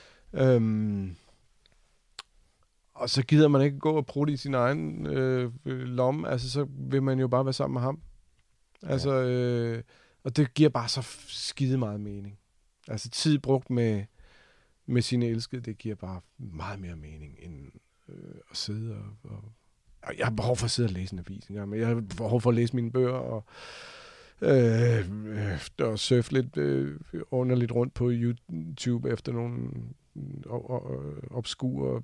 og så gider man ikke gå og prutte i sin egen lomme, altså så vil man jo bare være sammen med ham. Altså, og det giver bare så skide meget mening. Altså tid brugt med sine elskede, det giver bare meget mere mening, end at sidde og jeg har behov for at sidde og læse en avis en gang, men jeg har behov for at læse mine bøger, og surfe lidt underligt rundt på YouTube efter nogle obskure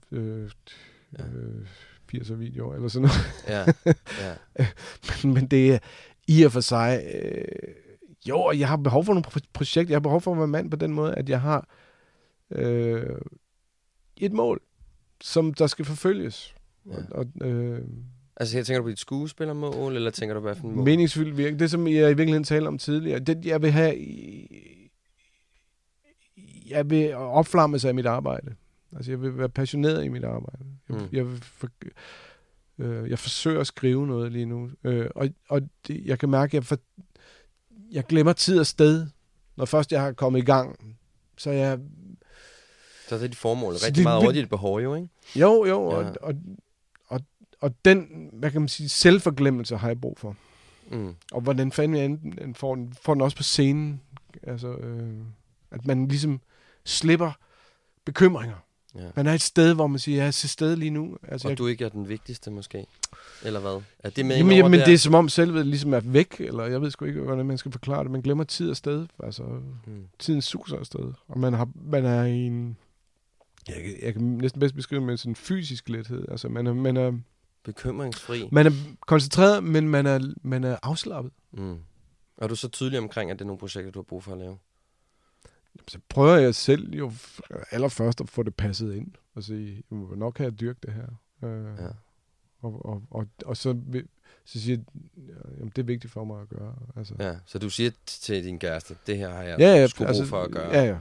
80'er videoer, eller sådan noget. Ja. Men det er i og for sig... Jo, jeg har behov for nogle projekter. Jeg har behov for at være mand på den måde, at jeg har et mål, som der skal forfølges. Ja. Altså, jeg tænker du på dit skuespillermål, eller tænker du på hvilken mål? Meningsfyldt virke. Det, som jeg i virkeligheden talte om tidligere. Det, jeg vil have... Jeg vil opflamme sig i mit arbejde. Altså, jeg vil være passioneret i mit arbejde. Jeg forsøger at skrive noget lige nu. Og jeg kan mærke, at jeg glemmer tid og sted. Når først jeg har kommet i gang, så jeg... Så er det dit formål. Rigtig meget over dit behov, jo, ikke? Jo, ja. Og den, hvad kan man sige, selvforglemmelse har jeg brug for. Og hvordan fanden jeg får den også på scenen. Altså, at man ligesom slipper bekymringer. Ja. Man er et sted, hvor man siger, jeg er til stede lige nu. Altså, og du ikke er den vigtigste, måske? Eller hvad? Er det med jamen det er som om selvet ligesom er væk, eller jeg ved sgu ikke, hvordan man skal forklare det. Man glemmer tid og sted. Altså, tiden suser afsted. Og man er i en... Jeg kan næsten bedst beskrive med sådan en fysisk lethed. Altså, man er Bekymringsfri. Man er koncentreret, men man er afslappet. Er du så tydelig omkring, at det er nogle projekter, du har brug for at lave? Så prøver jeg selv jo allerførst at få det passet ind. Og sige, nok kan jeg dyrke det her. Og så siger jeg, jamen, det er vigtigt for mig at gøre. Altså. Ja, så du siger til din kæreste, det her har jeg sgu brug for at gøre. Ja.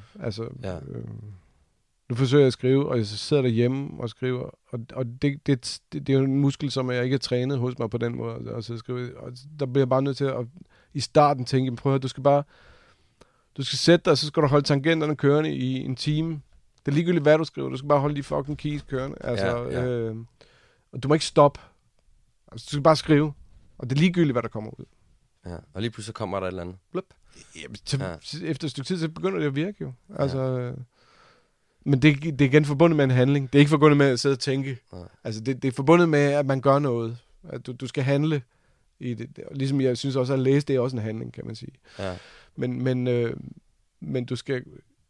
Nu forsøger jeg at skrive, og jeg sidder derhjemme og skriver, og det er jo en muskel, som jeg ikke har trænet hos mig på den måde, at sidde og skrive. Og der bliver jeg bare nødt til at i starten tænke, prøv at du skal sætte dig, og så skal du holde tangenterne kørende i en time. Det er ligegyldigt, hvad du skriver. Du skal bare holde de fucking keys kørende. Altså, og du må ikke stoppe. Altså, du skal bare skrive. Og det er ligegyldigt, hvad der kommer ud. Ja, og lige pludselig kommer der et eller andet. Blup. Efter et stykke tid, så begynder det at virke jo. Altså, men det er igen forbundet med en handling. Det er ikke forbundet med at sidde og tænke. Altså, det er forbundet med, at man gør noget. At du skal handle i det. Ligesom jeg synes også, at læse, det er også en handling, kan man sige. Ja. Men du skal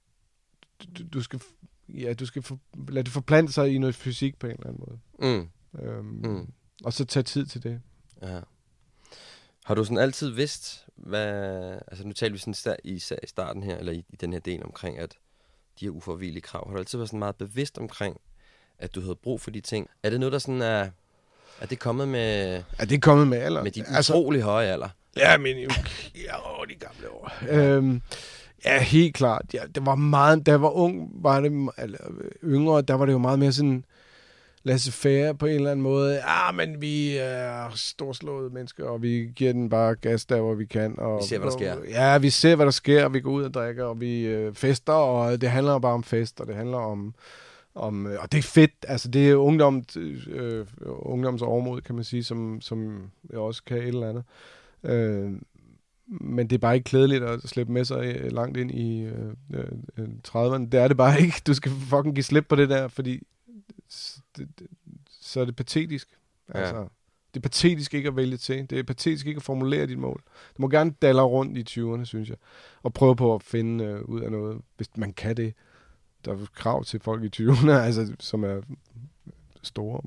lade det forplante sig i noget fysik på en eller anden måde. Og så tage tid til det. Ja. Har du sådan altid vidst, altså nu taler vi sådan i starten her, eller i den her del omkring, at de her uforvillige krav, har du altid været sådan meget bevidst omkring, at du havde brug for de ting? Er det noget, der sådan er det kommet med... Er det kommet med alder? Med din utrolig høje alder? Ja, men de gamle år. Ja, helt klart. Ja, det var meget, da jeg var ung, yngre, der var det jo meget mere sådan laissez-faire på en eller anden måde. Men vi er storslåede mennesker, og vi giver den bare gas der, hvor vi kan. Og, vi ser, hvad der sker. Ja, vi ser, hvad der sker, og vi går ud og drikker, og vi fester, og det handler bare om fest, og det handler om og det er fedt. Altså, det er ungdoms overmod, kan man sige, som jeg også kan et eller andet. Men det er bare ikke klædeligt at slippe med sig langt ind i 30'erne. Det er det bare ikke. Du skal fucking give slip på det der, fordi så er det patetisk. Altså, det er patetisk ikke at vælge til. Det er patetisk ikke at formulere dit mål. Du må gerne dalle rundt i 20'erne, synes jeg, og prøve på at finde ud af noget, hvis man kan det. Der er krav til folk i 20'erne, altså, som er store.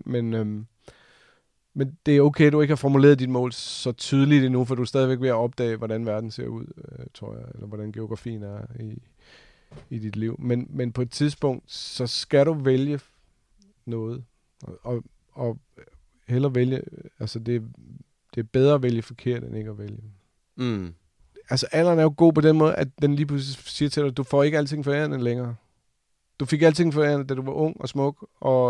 Men det er okay, at du ikke har formuleret dit mål så tydeligt endnu, for du er stadigvæk ved at opdage, hvordan verden ser ud, tror jeg, eller hvordan geografien er i dit liv. Men på et tidspunkt, så skal du vælge noget, og hellere vælge, altså det er bedre at vælge forkert, end ikke at vælge. Altså alderen er jo god på den måde, at den lige pludselig siger til dig, at du får ikke alting forærende længere. Du fik alting forærende, da du var ung og smuk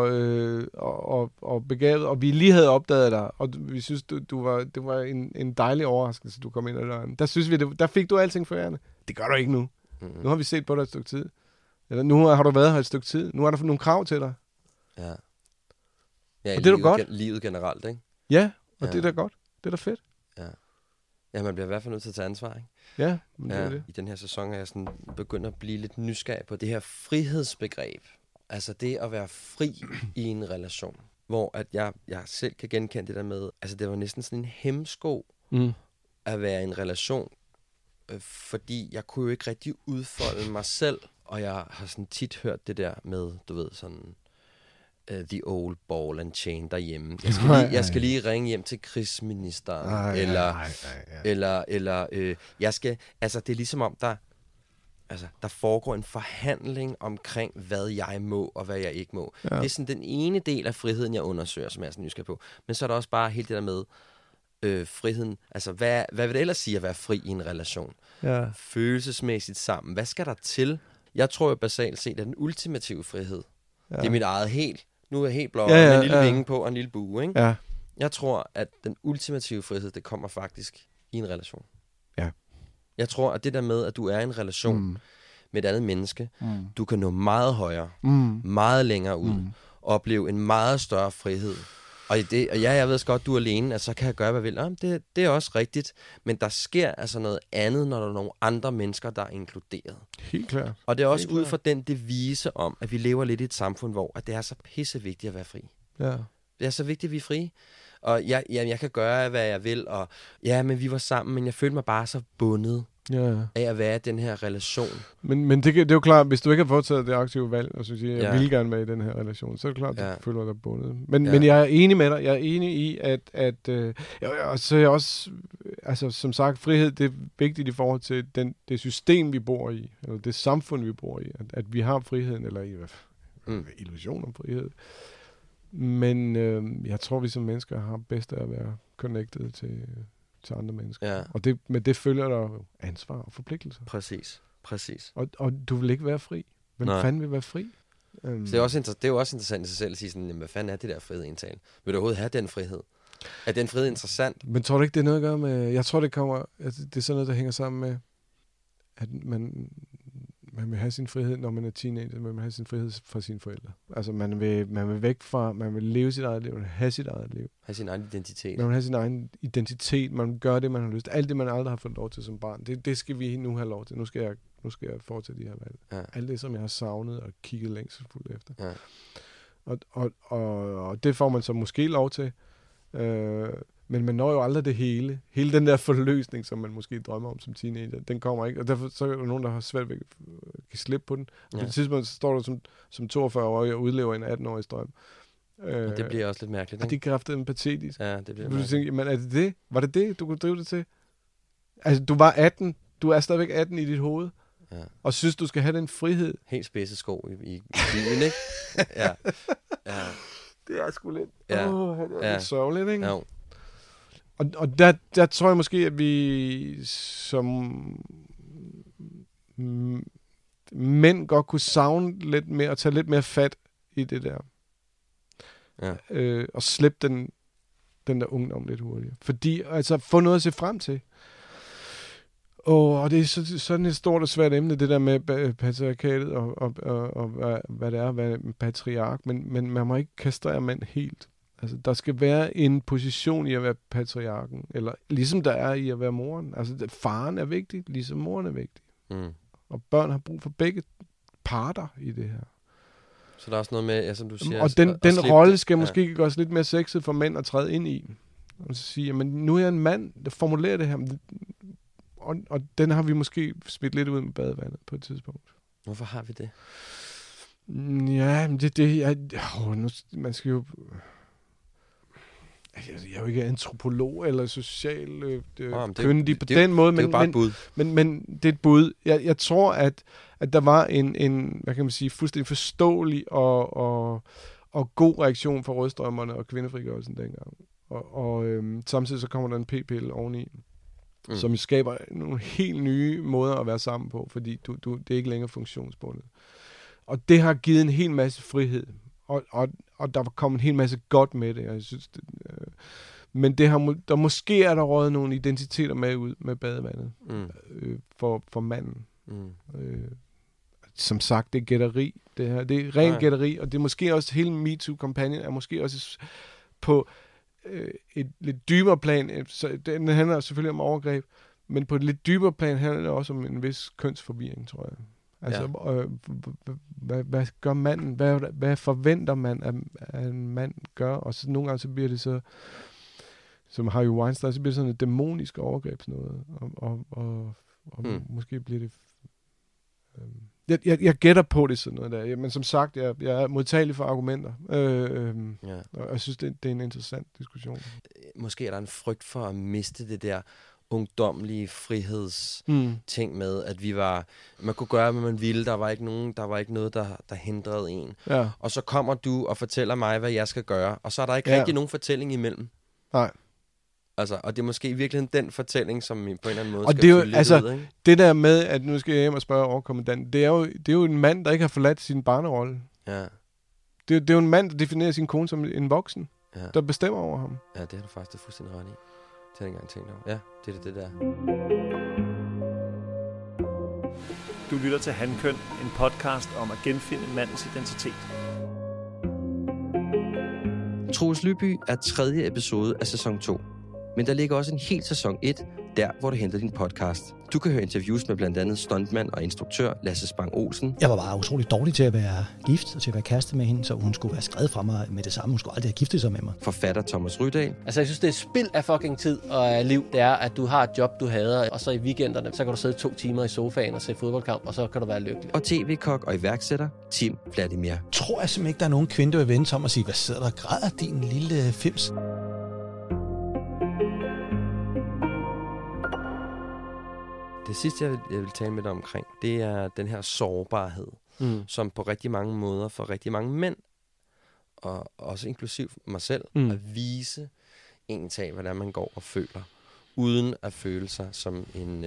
og begavet, og vi lige havde opdaget dig, og vi synes, det var en dejlig overraskelse, du kom ind ad døren. Der synes vi, der fik du alting forærende. Det gør du ikke nu. Nu har vi set på dig et stykke tid. Eller nu har du været her et stykke tid. Nu er der nogle krav til dig. Ja, og det er godt. Livet generelt, ikke? Ja, og det er da godt. Det er da fedt. Ja, man bliver i hvert fald nødt til at tage ansvar, ikke? Ja, men det er det. I den her sæson er jeg sådan begyndt at blive lidt nysgerrig på det her frihedsbegreb. Altså det at være fri i en relation. Hvor at jeg selv kan genkende det der med, altså det var næsten sådan en hæmsko at være i en relation. Fordi jeg kunne jo ikke rigtig udfolde mig selv. Og jeg har sådan tit hørt det der med, du ved, sådan... the old ball and chain derhjemme. Jeg skal lige ringe hjem til krigsministeren. Jeg skal... Altså, det er ligesom om, der foregår en forhandling omkring, hvad jeg må, og hvad jeg ikke må. Ja. Det er sådan den ene del af friheden, jeg undersøger, som jeg er sådan nysgerrig på. Men så er der også bare helt det der med friheden. Altså, hvad vil det ellers sige at være fri i en relation? Ja. Følelsesmæssigt sammen. Hvad skal der til? Jeg tror jo basalt set, at den ultimative frihed, det er mit eget helt. Nu er jeg helt blå, med en lille vinge på og en lille bue, ikke? Ja. Jeg tror, at den ultimative frihed, det kommer faktisk i en relation. Ja. Jeg tror, at det der med, at du er i en relation med et andet menneske, du kan nå meget højere, meget længere ud, opleve en meget større frihed. Og jeg ved godt, du er alene, altså så kan jeg gøre, hvad jeg vil. Det er også rigtigt, men der sker altså noget andet, når der er nogle andre mennesker, der er inkluderet. Helt klart. Og det er også ud fra den devise om, at vi lever lidt i et samfund, hvor at det er så pissevigtigt at være fri. Ja. Det er så vigtigt, at vi er frie. Og jeg kan gøre, hvad jeg vil, og ja, men vi var sammen, men jeg følte mig bare så bundet af at være i den her relation. Men det er jo klart, hvis du ikke har foretaget det aktive valg, og så siger, jeg vil gerne være i den her relation, så er det klart, at du føler dig bundet. Men jeg er enig med dig. Jeg er enig i, at så er jeg også, altså som sagt, frihed, det er vigtigt i forhold til det system, vi bor i, eller det samfund, vi bor i, at vi har friheden, eller illusion om frihed. Men jeg tror, vi som mennesker har bedst af at være connected til andre mennesker. Ja. Og med det følger der ansvar og forpligtelser. Præcis. Og du vil ikke være fri. Hvem fanden vil være fri? Så det er jo også interessant i sig selv at sige sådan, jamen, hvad fanden er det der frihed egentlig? Vil du overhovedet have den frihed? Er den frihed interessant? Men tror du ikke, det er noget at gøre med... Jeg tror, det er sådan noget, der hænger sammen med, at man vil have sin frihed, når man er teenager. Man vil have sin frihed fra sine forældre. Altså, man vil væk fra... Man vil leve sit eget liv. Man vil have sit eget liv. Have sin egen identitet. Man vil have sin egen identitet. Man vil gøre det, man har lyst til. Alt det, man aldrig har fået lov til som barn. Det skal vi nu have lov til. Nu skal jeg foretage de her valg. Ja. Alt det, som jeg har savnet og kigget længselsfuldt efter. Ja. Og det får man så måske lov til. Men man når jo aldrig det hele. Hele den der forløsning, som man måske drømmer om som teenager, den kommer ikke. Og derfor så er der nogen, der har svært ved at give slip på den. Og på et tidspunkt så står du som 42-årig og udlever en 18-årig drøm. Og det bliver også lidt mærkeligt, ikke? Og det er kraftedeme patetisk. Ja, det bliver mærkeligt. Tænke, men er det det? Var det det, du kunne drive det til? Altså, du var 18. Du er stadigvæk 18 i dit hoved. Ja. Og synes, du skal have den frihed. Helt spidse sko i byen, ikke? Ja. Det er sgu lidt... det er lidt sørgeligt, ikke? Ja. Og der tror jeg måske, at vi som mænd godt kunne savne lidt mere, og tage lidt mere fat i det der. Ja. Og slippe den der ungdom lidt hurtigere. Fordi, altså, få noget at se frem til. Og det er sådan et stort og svært emne, det der med patriarkatet og hvad det er at være en patriark. Men man må ikke kastrere mænd helt. Altså, der skal være en position i at være patriarken, eller ligesom der er i at være moren. Altså, faren er vigtig, ligesom moren er vigtig. Mm. Og børn har brug for begge parter i det her. Så der er også noget med, som du siger... Og den rolle skal måske gøres lidt mere sexet for mænd at træde ind i. Og så sige, men nu er jeg en mand, der formulerer det her. Og den har vi måske smidt lidt ud med badevandet på et tidspunkt. Hvorfor har vi det? Ja, man skal jo... Jeg er jo ikke antropolog eller social kyndig på den måde, men det er bare et bud. Men det er et bud. Jeg tror, at der var en hvad kan man sige, fuldstændig forståelig og god reaktion fra rødstrømmerne og kvindefrigørelsen dengang. Og samtidig så kommer der en p-pille oveni, som skaber nogle helt nye måder at være sammen på, fordi det er ikke længere funktionsbundet. Og det har givet en hel masse frihed. Og der var kommet en hel masse godt med det. Jeg synes, men der måske er der røget nogle identiteter med ud med badevandet for manden. Som sagt, det er gætteri. Det er ren gætteri, og det er måske også hele MeToo-kampagnen er måske også på et lidt dybere plan. Så den handler selvfølgelig om overgreb, men på et lidt dybere plan handler det også om en vis kønsforvirring, tror jeg. Altså, hvad gør manden? Hvad forventer man, at en mand gør? Og så nogle gange så bliver det så, som Harvey Weinstein, så bliver det sådan et dæmonisk overgreb sådan noget. Og måske bliver det... Jeg gætter på det sådan noget der. Men som sagt, jeg er modtagelig for argumenter. Og jeg synes, det er en interessant diskussion. Måske er der en frygt for at miste det der ungdomlige frihedsting med, at man kunne gøre, hvad man ville, der var ikke noget, der hindrede en. Ja. Og så kommer du og fortæller mig, hvad jeg skal gøre, og så er der ikke rigtig nogen fortælling imellem. Nej. Altså, og det er måske i virkeligheden den fortælling, som på en eller anden måde og skal det er jo, fylde altså, ud, ikke? Det der med, at nu skal jeg hjem og spørge overkommandant, det er jo en mand, der ikke har forladt sin barnerolle. Ja. Det er jo en mand, der definerer sin kone som en voksen, der bestemmer over ham. Ja, det har du faktisk fuldstændig ret i. Det har jeg ikke engang tænkt over. Ja, det er det der. Du lytter til Hankøn, en podcast om at genfinde mandens identitet. Troels Lyby er 3. episode af sæson 2. Men der ligger også en hel sæson 1, der hvor du henter din podcast. Du kan høre interviews med blandt andet stuntmand og instruktør Lasse Spang Olsen. Jeg var bare utrolig dårlig til at være gift og til at være kæreste med hende, så hun skulle være skrevet fra mig med det samme. Hun skulle aldrig have giftet sig med mig. Forfatter Thomas Rydahl. Altså jeg synes, det er spild af fucking tid og af liv. Det er, at du har et job, du hader, og så i weekenderne, så kan du sidde 2 timer i sofaen og se fodboldkamp, og så kan du være lykkelig. Og tv-kok og iværksætter Tim Vladimir. Tror jeg simpelthen ikke, der er nogen kvinde, der vil vende sig om og sige, hvad sidder der og græder, din lille fims? Det sidste, jeg vil tale med dig omkring, det er den her sårbarhed, som på rigtig mange måder for rigtig mange mænd, og også inklusiv mig selv, at vise egentlig, hvordan man går og føler, uden at føle sig som en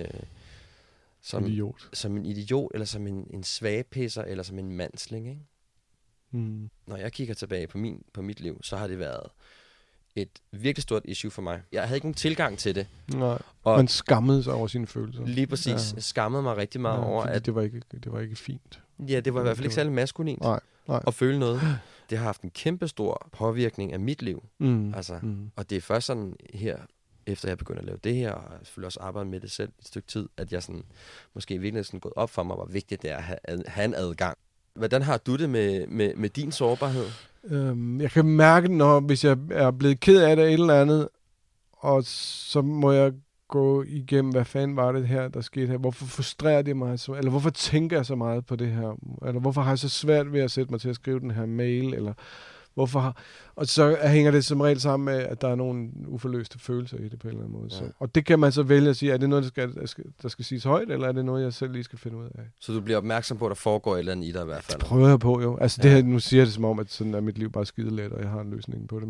idiot, eller som en svagpisser, eller som en mandsling. Ikke? Når jeg kigger tilbage på mit liv, så har det været et virkelig stort issue for mig. Jeg havde ikke nogen tilgang til det. Nej, og man skammede sig over sine følelser. Lige præcis. Ja. Jeg skammede mig rigtig meget over, at det var ikke fint. Ja, det var i hvert fald ikke særlig maskulint at føle noget. Det har haft en kæmpe stor påvirkning af mit liv. Og det er først sådan her, efter jeg begyndte at lave det her, og jeg selvfølgelig også arbejdet med det selv et stykke tid, at jeg sådan, måske virkelig sådan gået op for mig, hvor vigtigt det er at have en adgang. Hvordan har du det med din sårbarhed? Jeg kan mærke, hvis jeg er blevet ked af det eller andet, og så må jeg gå igennem, hvad fanden var det her, der skete her? Hvorfor frustrerer det mig så? Eller hvorfor tænker jeg så meget på det her? Eller hvorfor har jeg så svært ved at sætte mig til at skrive den her mail? Eller og så hænger det som regel sammen med, at der er nogle uforløste følelser i det på en eller anden måde. Ja. Så, og det kan man så vælge at sige, er det noget, der skal siges højt, eller er det noget, jeg selv lige skal finde ud af? Så du bliver opmærksom på, at der foregår et eller andet i dig i hvert fald? Det prøver jeg på, jo. Altså det her, nu siger jeg det som om, at sådan er mit liv bare skidelet, og jeg har en løsning på det,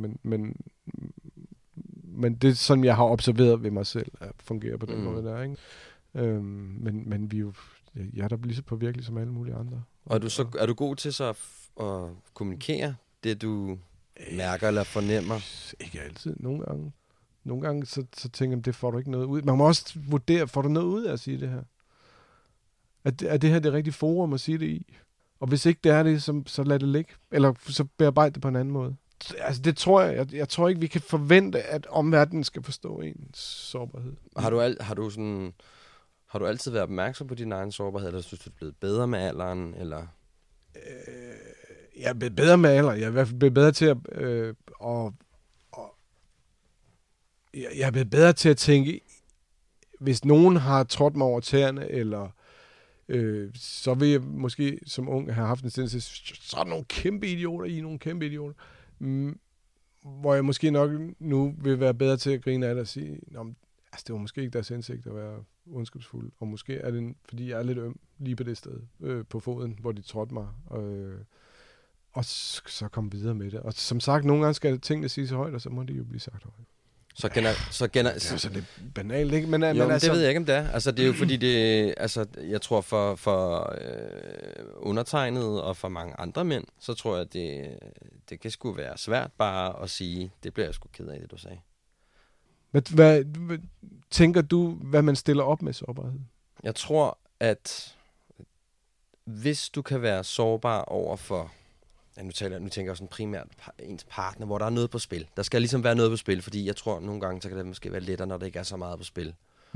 men det er sådan, jeg har observeret ved mig selv, at fungere på den måde der, ikke? Men vi er jo, jeg er der lige så påvirkelig som alle mulige andre. Og er du god til så at kommunikere det, du mærker eller fornemmer? Ikke altid. Nogle gange så tænker jeg, det får du ikke noget ud. Man må også vurdere, får du noget ud af at sige det her? Er det her det rigtige forum at sige det i? Og hvis ikke det er det, så lad det ligge. Eller så bearbejde det på en anden måde. Altså det tror jeg. Jeg tror ikke, vi kan forvente, at omverdenen skal forstå ens sårbarhed. Har du altid været opmærksom på din egen sårbarhed, eller synes du, du er blevet bedre med alderen, eller? Jeg er blevet bedre med alderen. Jeg er i hvert fald blevet bedre til at jeg er blevet bedre til at tænke, hvis nogen har trådt mig over tæerne, eller så vil jeg måske som ung have haft en stund til, så er der nogle kæmpe idioter. Hvor jeg måske nok nu vil være bedre til at grine af det og sige, det var måske ikke deres hensigt at være ondskabsfuld, og måske er det, fordi jeg er lidt øm lige på det sted, på foden, hvor de trådte mig, og så komme videre med det. Og som sagt, nogle gange skal tingene siges højt, og så må de jo blive sagt højt. Det er så lidt banalt, ikke? Men det ved jeg ikke, om det er. Altså, det er jo fordi, jeg tror for undertegnet og for mange andre mænd, så tror jeg, at det kan sgu være svært bare at sige, det bliver jeg sgu ked af, det du sagde. Hvad tænker du, hvad man stiller op med sårbarhed? Jeg tror, at hvis du kan være sårbar over for, nu tænker jeg sådan primært ens partner, hvor der er noget på spil. Der skal ligesom være noget på spil, fordi jeg tror, nogle gange, så kan det måske være lettere, når der ikke er så meget på spil.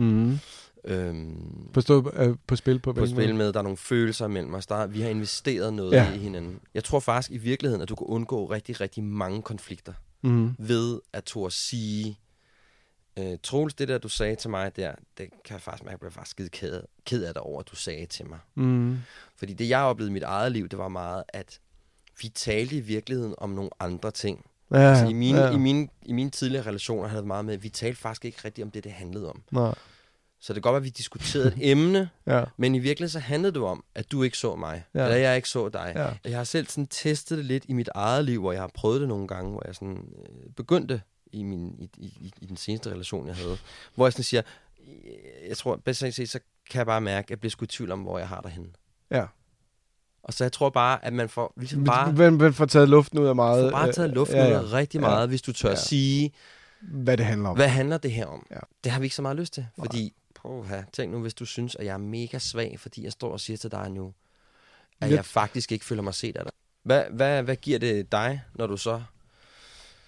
På spil med, der er nogle følelser mellem os. Vi har investeret noget i hinanden. Jeg tror faktisk i virkeligheden, at du kan undgå rigtig, rigtig mange konflikter ved at turde sige, Troels, det der, du sagde til mig der, det kan jeg faktisk mærke, at jeg blev faktisk skide ked af dig over, at du sagde til mig. Fordi det, jeg oplevede i mit eget liv, det var meget, at vi talte i virkeligheden om nogle andre ting. Altså, i mine tidligere relationer havde det meget med, at vi talte faktisk ikke rigtigt om det handlede om. Nej. Så det kan godt være, at vi diskuterede et emne, men i virkeligheden så handlede det om, at du ikke så mig, eller jeg ikke så dig. Ja. Jeg har selv sådan testet det lidt i mit eget liv, hvor jeg har prøvet det nogle gange, hvor jeg sådan begyndte i den seneste relation, jeg havde, hvor jeg sådan siger, jeg tror, bedst set, så kan jeg bare mærke, at jeg bliver sgu i tvivl om, hvor jeg har dig henne. Ja. Og så jeg tror bare, at man får ligesom man får taget luften ud af meget. Får bare taget luften ud af rigtig meget, hvis du tør sige, hvad det handler om. Hvad handler det her om? Ja. Det har vi ikke så meget lyst til, fordi tænk nu, hvis du synes, at jeg er mega svag, fordi jeg står og siger til dig nu, at jeg faktisk ikke føler mig set af dig. Hvad giver det dig, når du så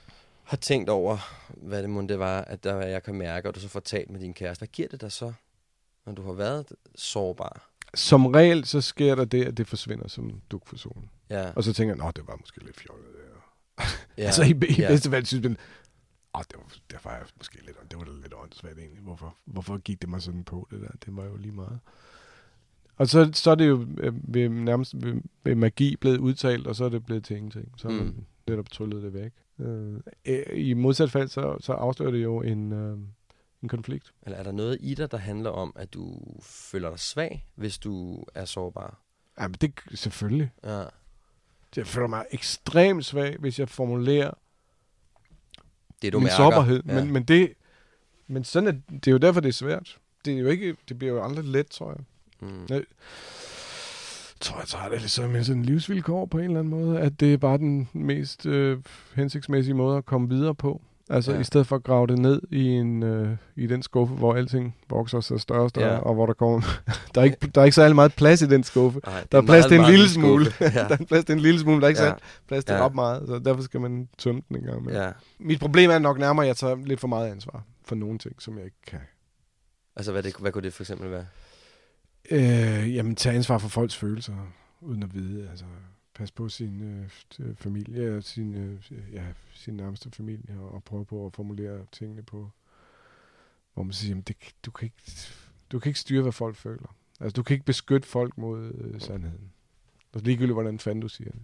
har tænkt over, hvad det måtte var, at der jeg kan mærke, og du så får talt med din kæreste. Hvad giver det dig så, når du har været sårbar? Som regel, så sker der det, at det forsvinder som dug for solen. Ja. Og så tænker jeg, det var måske lidt fjollet. Ja. Altså i bedste fald synes jeg, det var måske lidt åndssvagt egentlig. Hvorfor gik det mig sådan på det der? Det var jo lige meget. Og så er det jo nærmest ved magi blevet udtalt, og så er det blevet til ingenting. Så har man netop tryllet det væk. I modsat fald, så afslører det jo en konflikt. Eller er der noget i dig, der handler om, at du føler dig svag, hvis du er sårbar? Ja, men det selvfølgelig. Ja. Jeg føler mig ekstremt svag, hvis jeg formulerer det, du min mærker. sårbarhed. Ja. Men sådan det er jo derfor, det er svært. Det bliver jo aldrig let, tror jeg. Jeg tror, jeg tager det lidt som en livsvilkår på en eller anden måde, at det er bare den mest hensigtsmæssige måde at komme videre på. Altså i stedet for at grave det ned i den skuffe, hvor alting vokser sig større og større, og hvor der kommer... der er ikke særlig meget plads i den skuffe. Nej, der er plads til en lille smule. Ja. Der er plads til en lille smule, der er ikke særlig plads til ret meget, så derfor skal man tømme den en gang med. Ja. Mit problem er nok nærmere, at jeg tager lidt for meget ansvar for nogle ting, som jeg ikke kan. Altså, hvad kunne det for eksempel være? Jamen, tage ansvar for folks følelser, uden at vide. Altså, pas på sin familie, sin nærmeste familie, og prøve på at formulere tingene på, hvor man siger, jamen, du kan ikke styre, hvad folk føler. Altså, du kan ikke beskytte folk mod sandheden. Altså, ligegyldigt, hvordan fanden du siger det.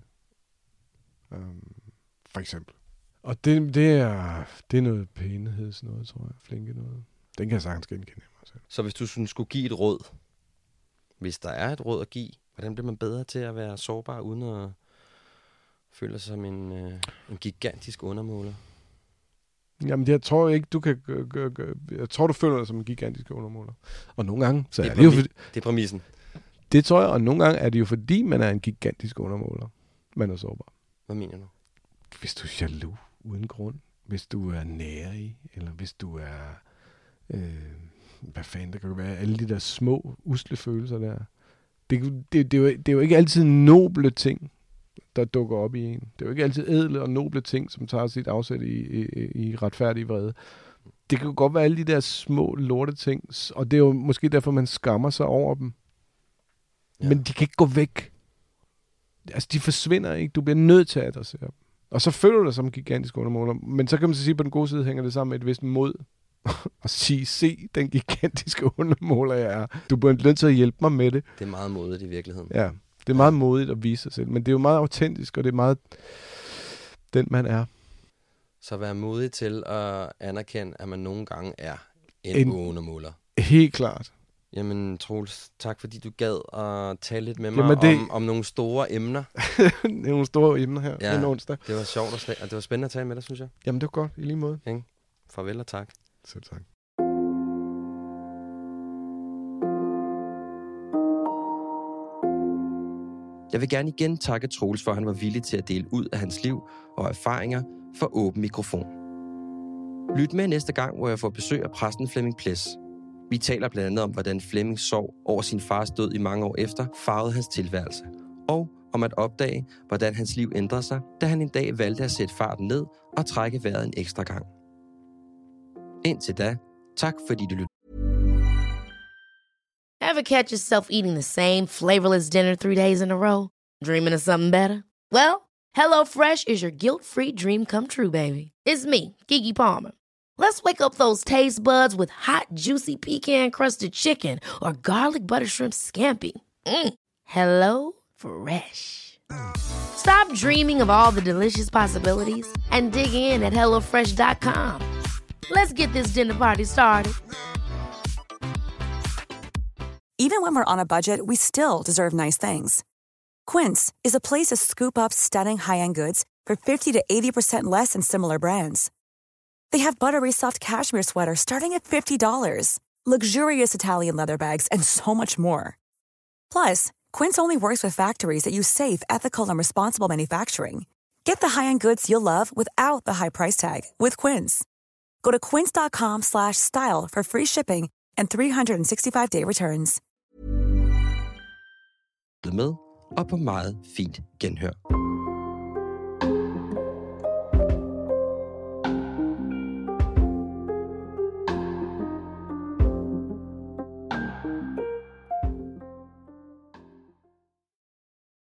For eksempel. Og det er noget pænheds noget, tror jeg. Flinke noget. Den kan jeg sagtens genkende mig selv. Så hvis du skulle give et råd, hvis der er et råd at give, hvordan bliver man bedre til at være sårbar, uden at føle sig som en gigantisk undermåler? Jamen, jeg tror ikke, du kan... Jeg tror, du føler dig som en gigantisk undermåler. Og nogle gange... Så det er præmissen. Det tror jeg, og nogle gange er det jo fordi, man er en gigantisk undermåler. Man er sårbar. Hvad mener du? Hvis du er jaloux uden grund, hvis du er nærig, eller hvis du er... hvad fanden, der kan være alle de der små, usle følelser der. Det er jo ikke altid noble ting, der dukker op i en. Det er jo ikke altid ædle og noble ting, som tager sit afsæt i retfærdig vrede. Det kan jo godt være alle de der små lorte ting, og det er jo måske derfor, man skammer sig over dem. Ja. Men de kan ikke gå væk. Altså, de forsvinder ikke. Du bliver nødt til at adressere dem. Og så føler du dig som en gigantisk undermåler. Men så kan man så sige, at på den gode side hænger det sammen med et vist mod. Og sige, se den gigantiske undermåler, jeg er. Du bliver nødt til at hjælpe mig med det. Det er meget modigt i virkeligheden. Ja, det er meget modigt at vise sig selv. Men det er jo meget autentisk, og det er meget den, man er. Så være modig til at anerkende, at man nogle gange er en undermåler. Helt klart. Jamen, Troels, tak fordi du gad at tale lidt med mig om nogle store emner. Nogle store emner her en onsdag. Det var sjovt og det var spændende at tale med dig, synes jeg. Jamen, det var godt, i lige måde. Ja. Farvel og tak. Selv tak. Jeg vil gerne igen takke Troels for, at han var villig til at dele ud af hans liv og erfaringer for åben mikrofon. Lyt med næste gang, hvor jeg får besøg af præsten Flemming Pless. Vi taler blandt andet om, hvordan Flemmings sorg over sin fars død i mange år efter farvede hans tilværelse. Og om at opdage, hvordan hans liv ændrede sig, da han en dag valgte at sætte farten ned og trække vejret en ekstra gang. Indtil da, tak fordi du lyttede. Ever catch yourself eating the same flavorless dinner 3 days in a row? Dreaming of something better? Well, HelloFresh is your guilt-free dream come true, baby. It's me, Keke Palmer. Let's wake up those taste buds with hot, juicy pecan-crusted chicken or garlic butter shrimp scampi. Hello Fresh. Stop dreaming of all the delicious possibilities and dig in at HelloFresh.com. Let's get this dinner party started. Even when we're on a budget, we still deserve nice things. Quince is a place to scoop up stunning high-end goods for 50 to 80% less than similar brands. They have buttery soft cashmere sweaters starting at $50, luxurious Italian leather bags, and so much more. Plus, Quince only works with factories that use safe, ethical, and responsible manufacturing. Get the high-end goods you'll love without the high price tag with Quince. Go to quince.com/style for free shipping and 365-day returns. Med og på meget fint genhør.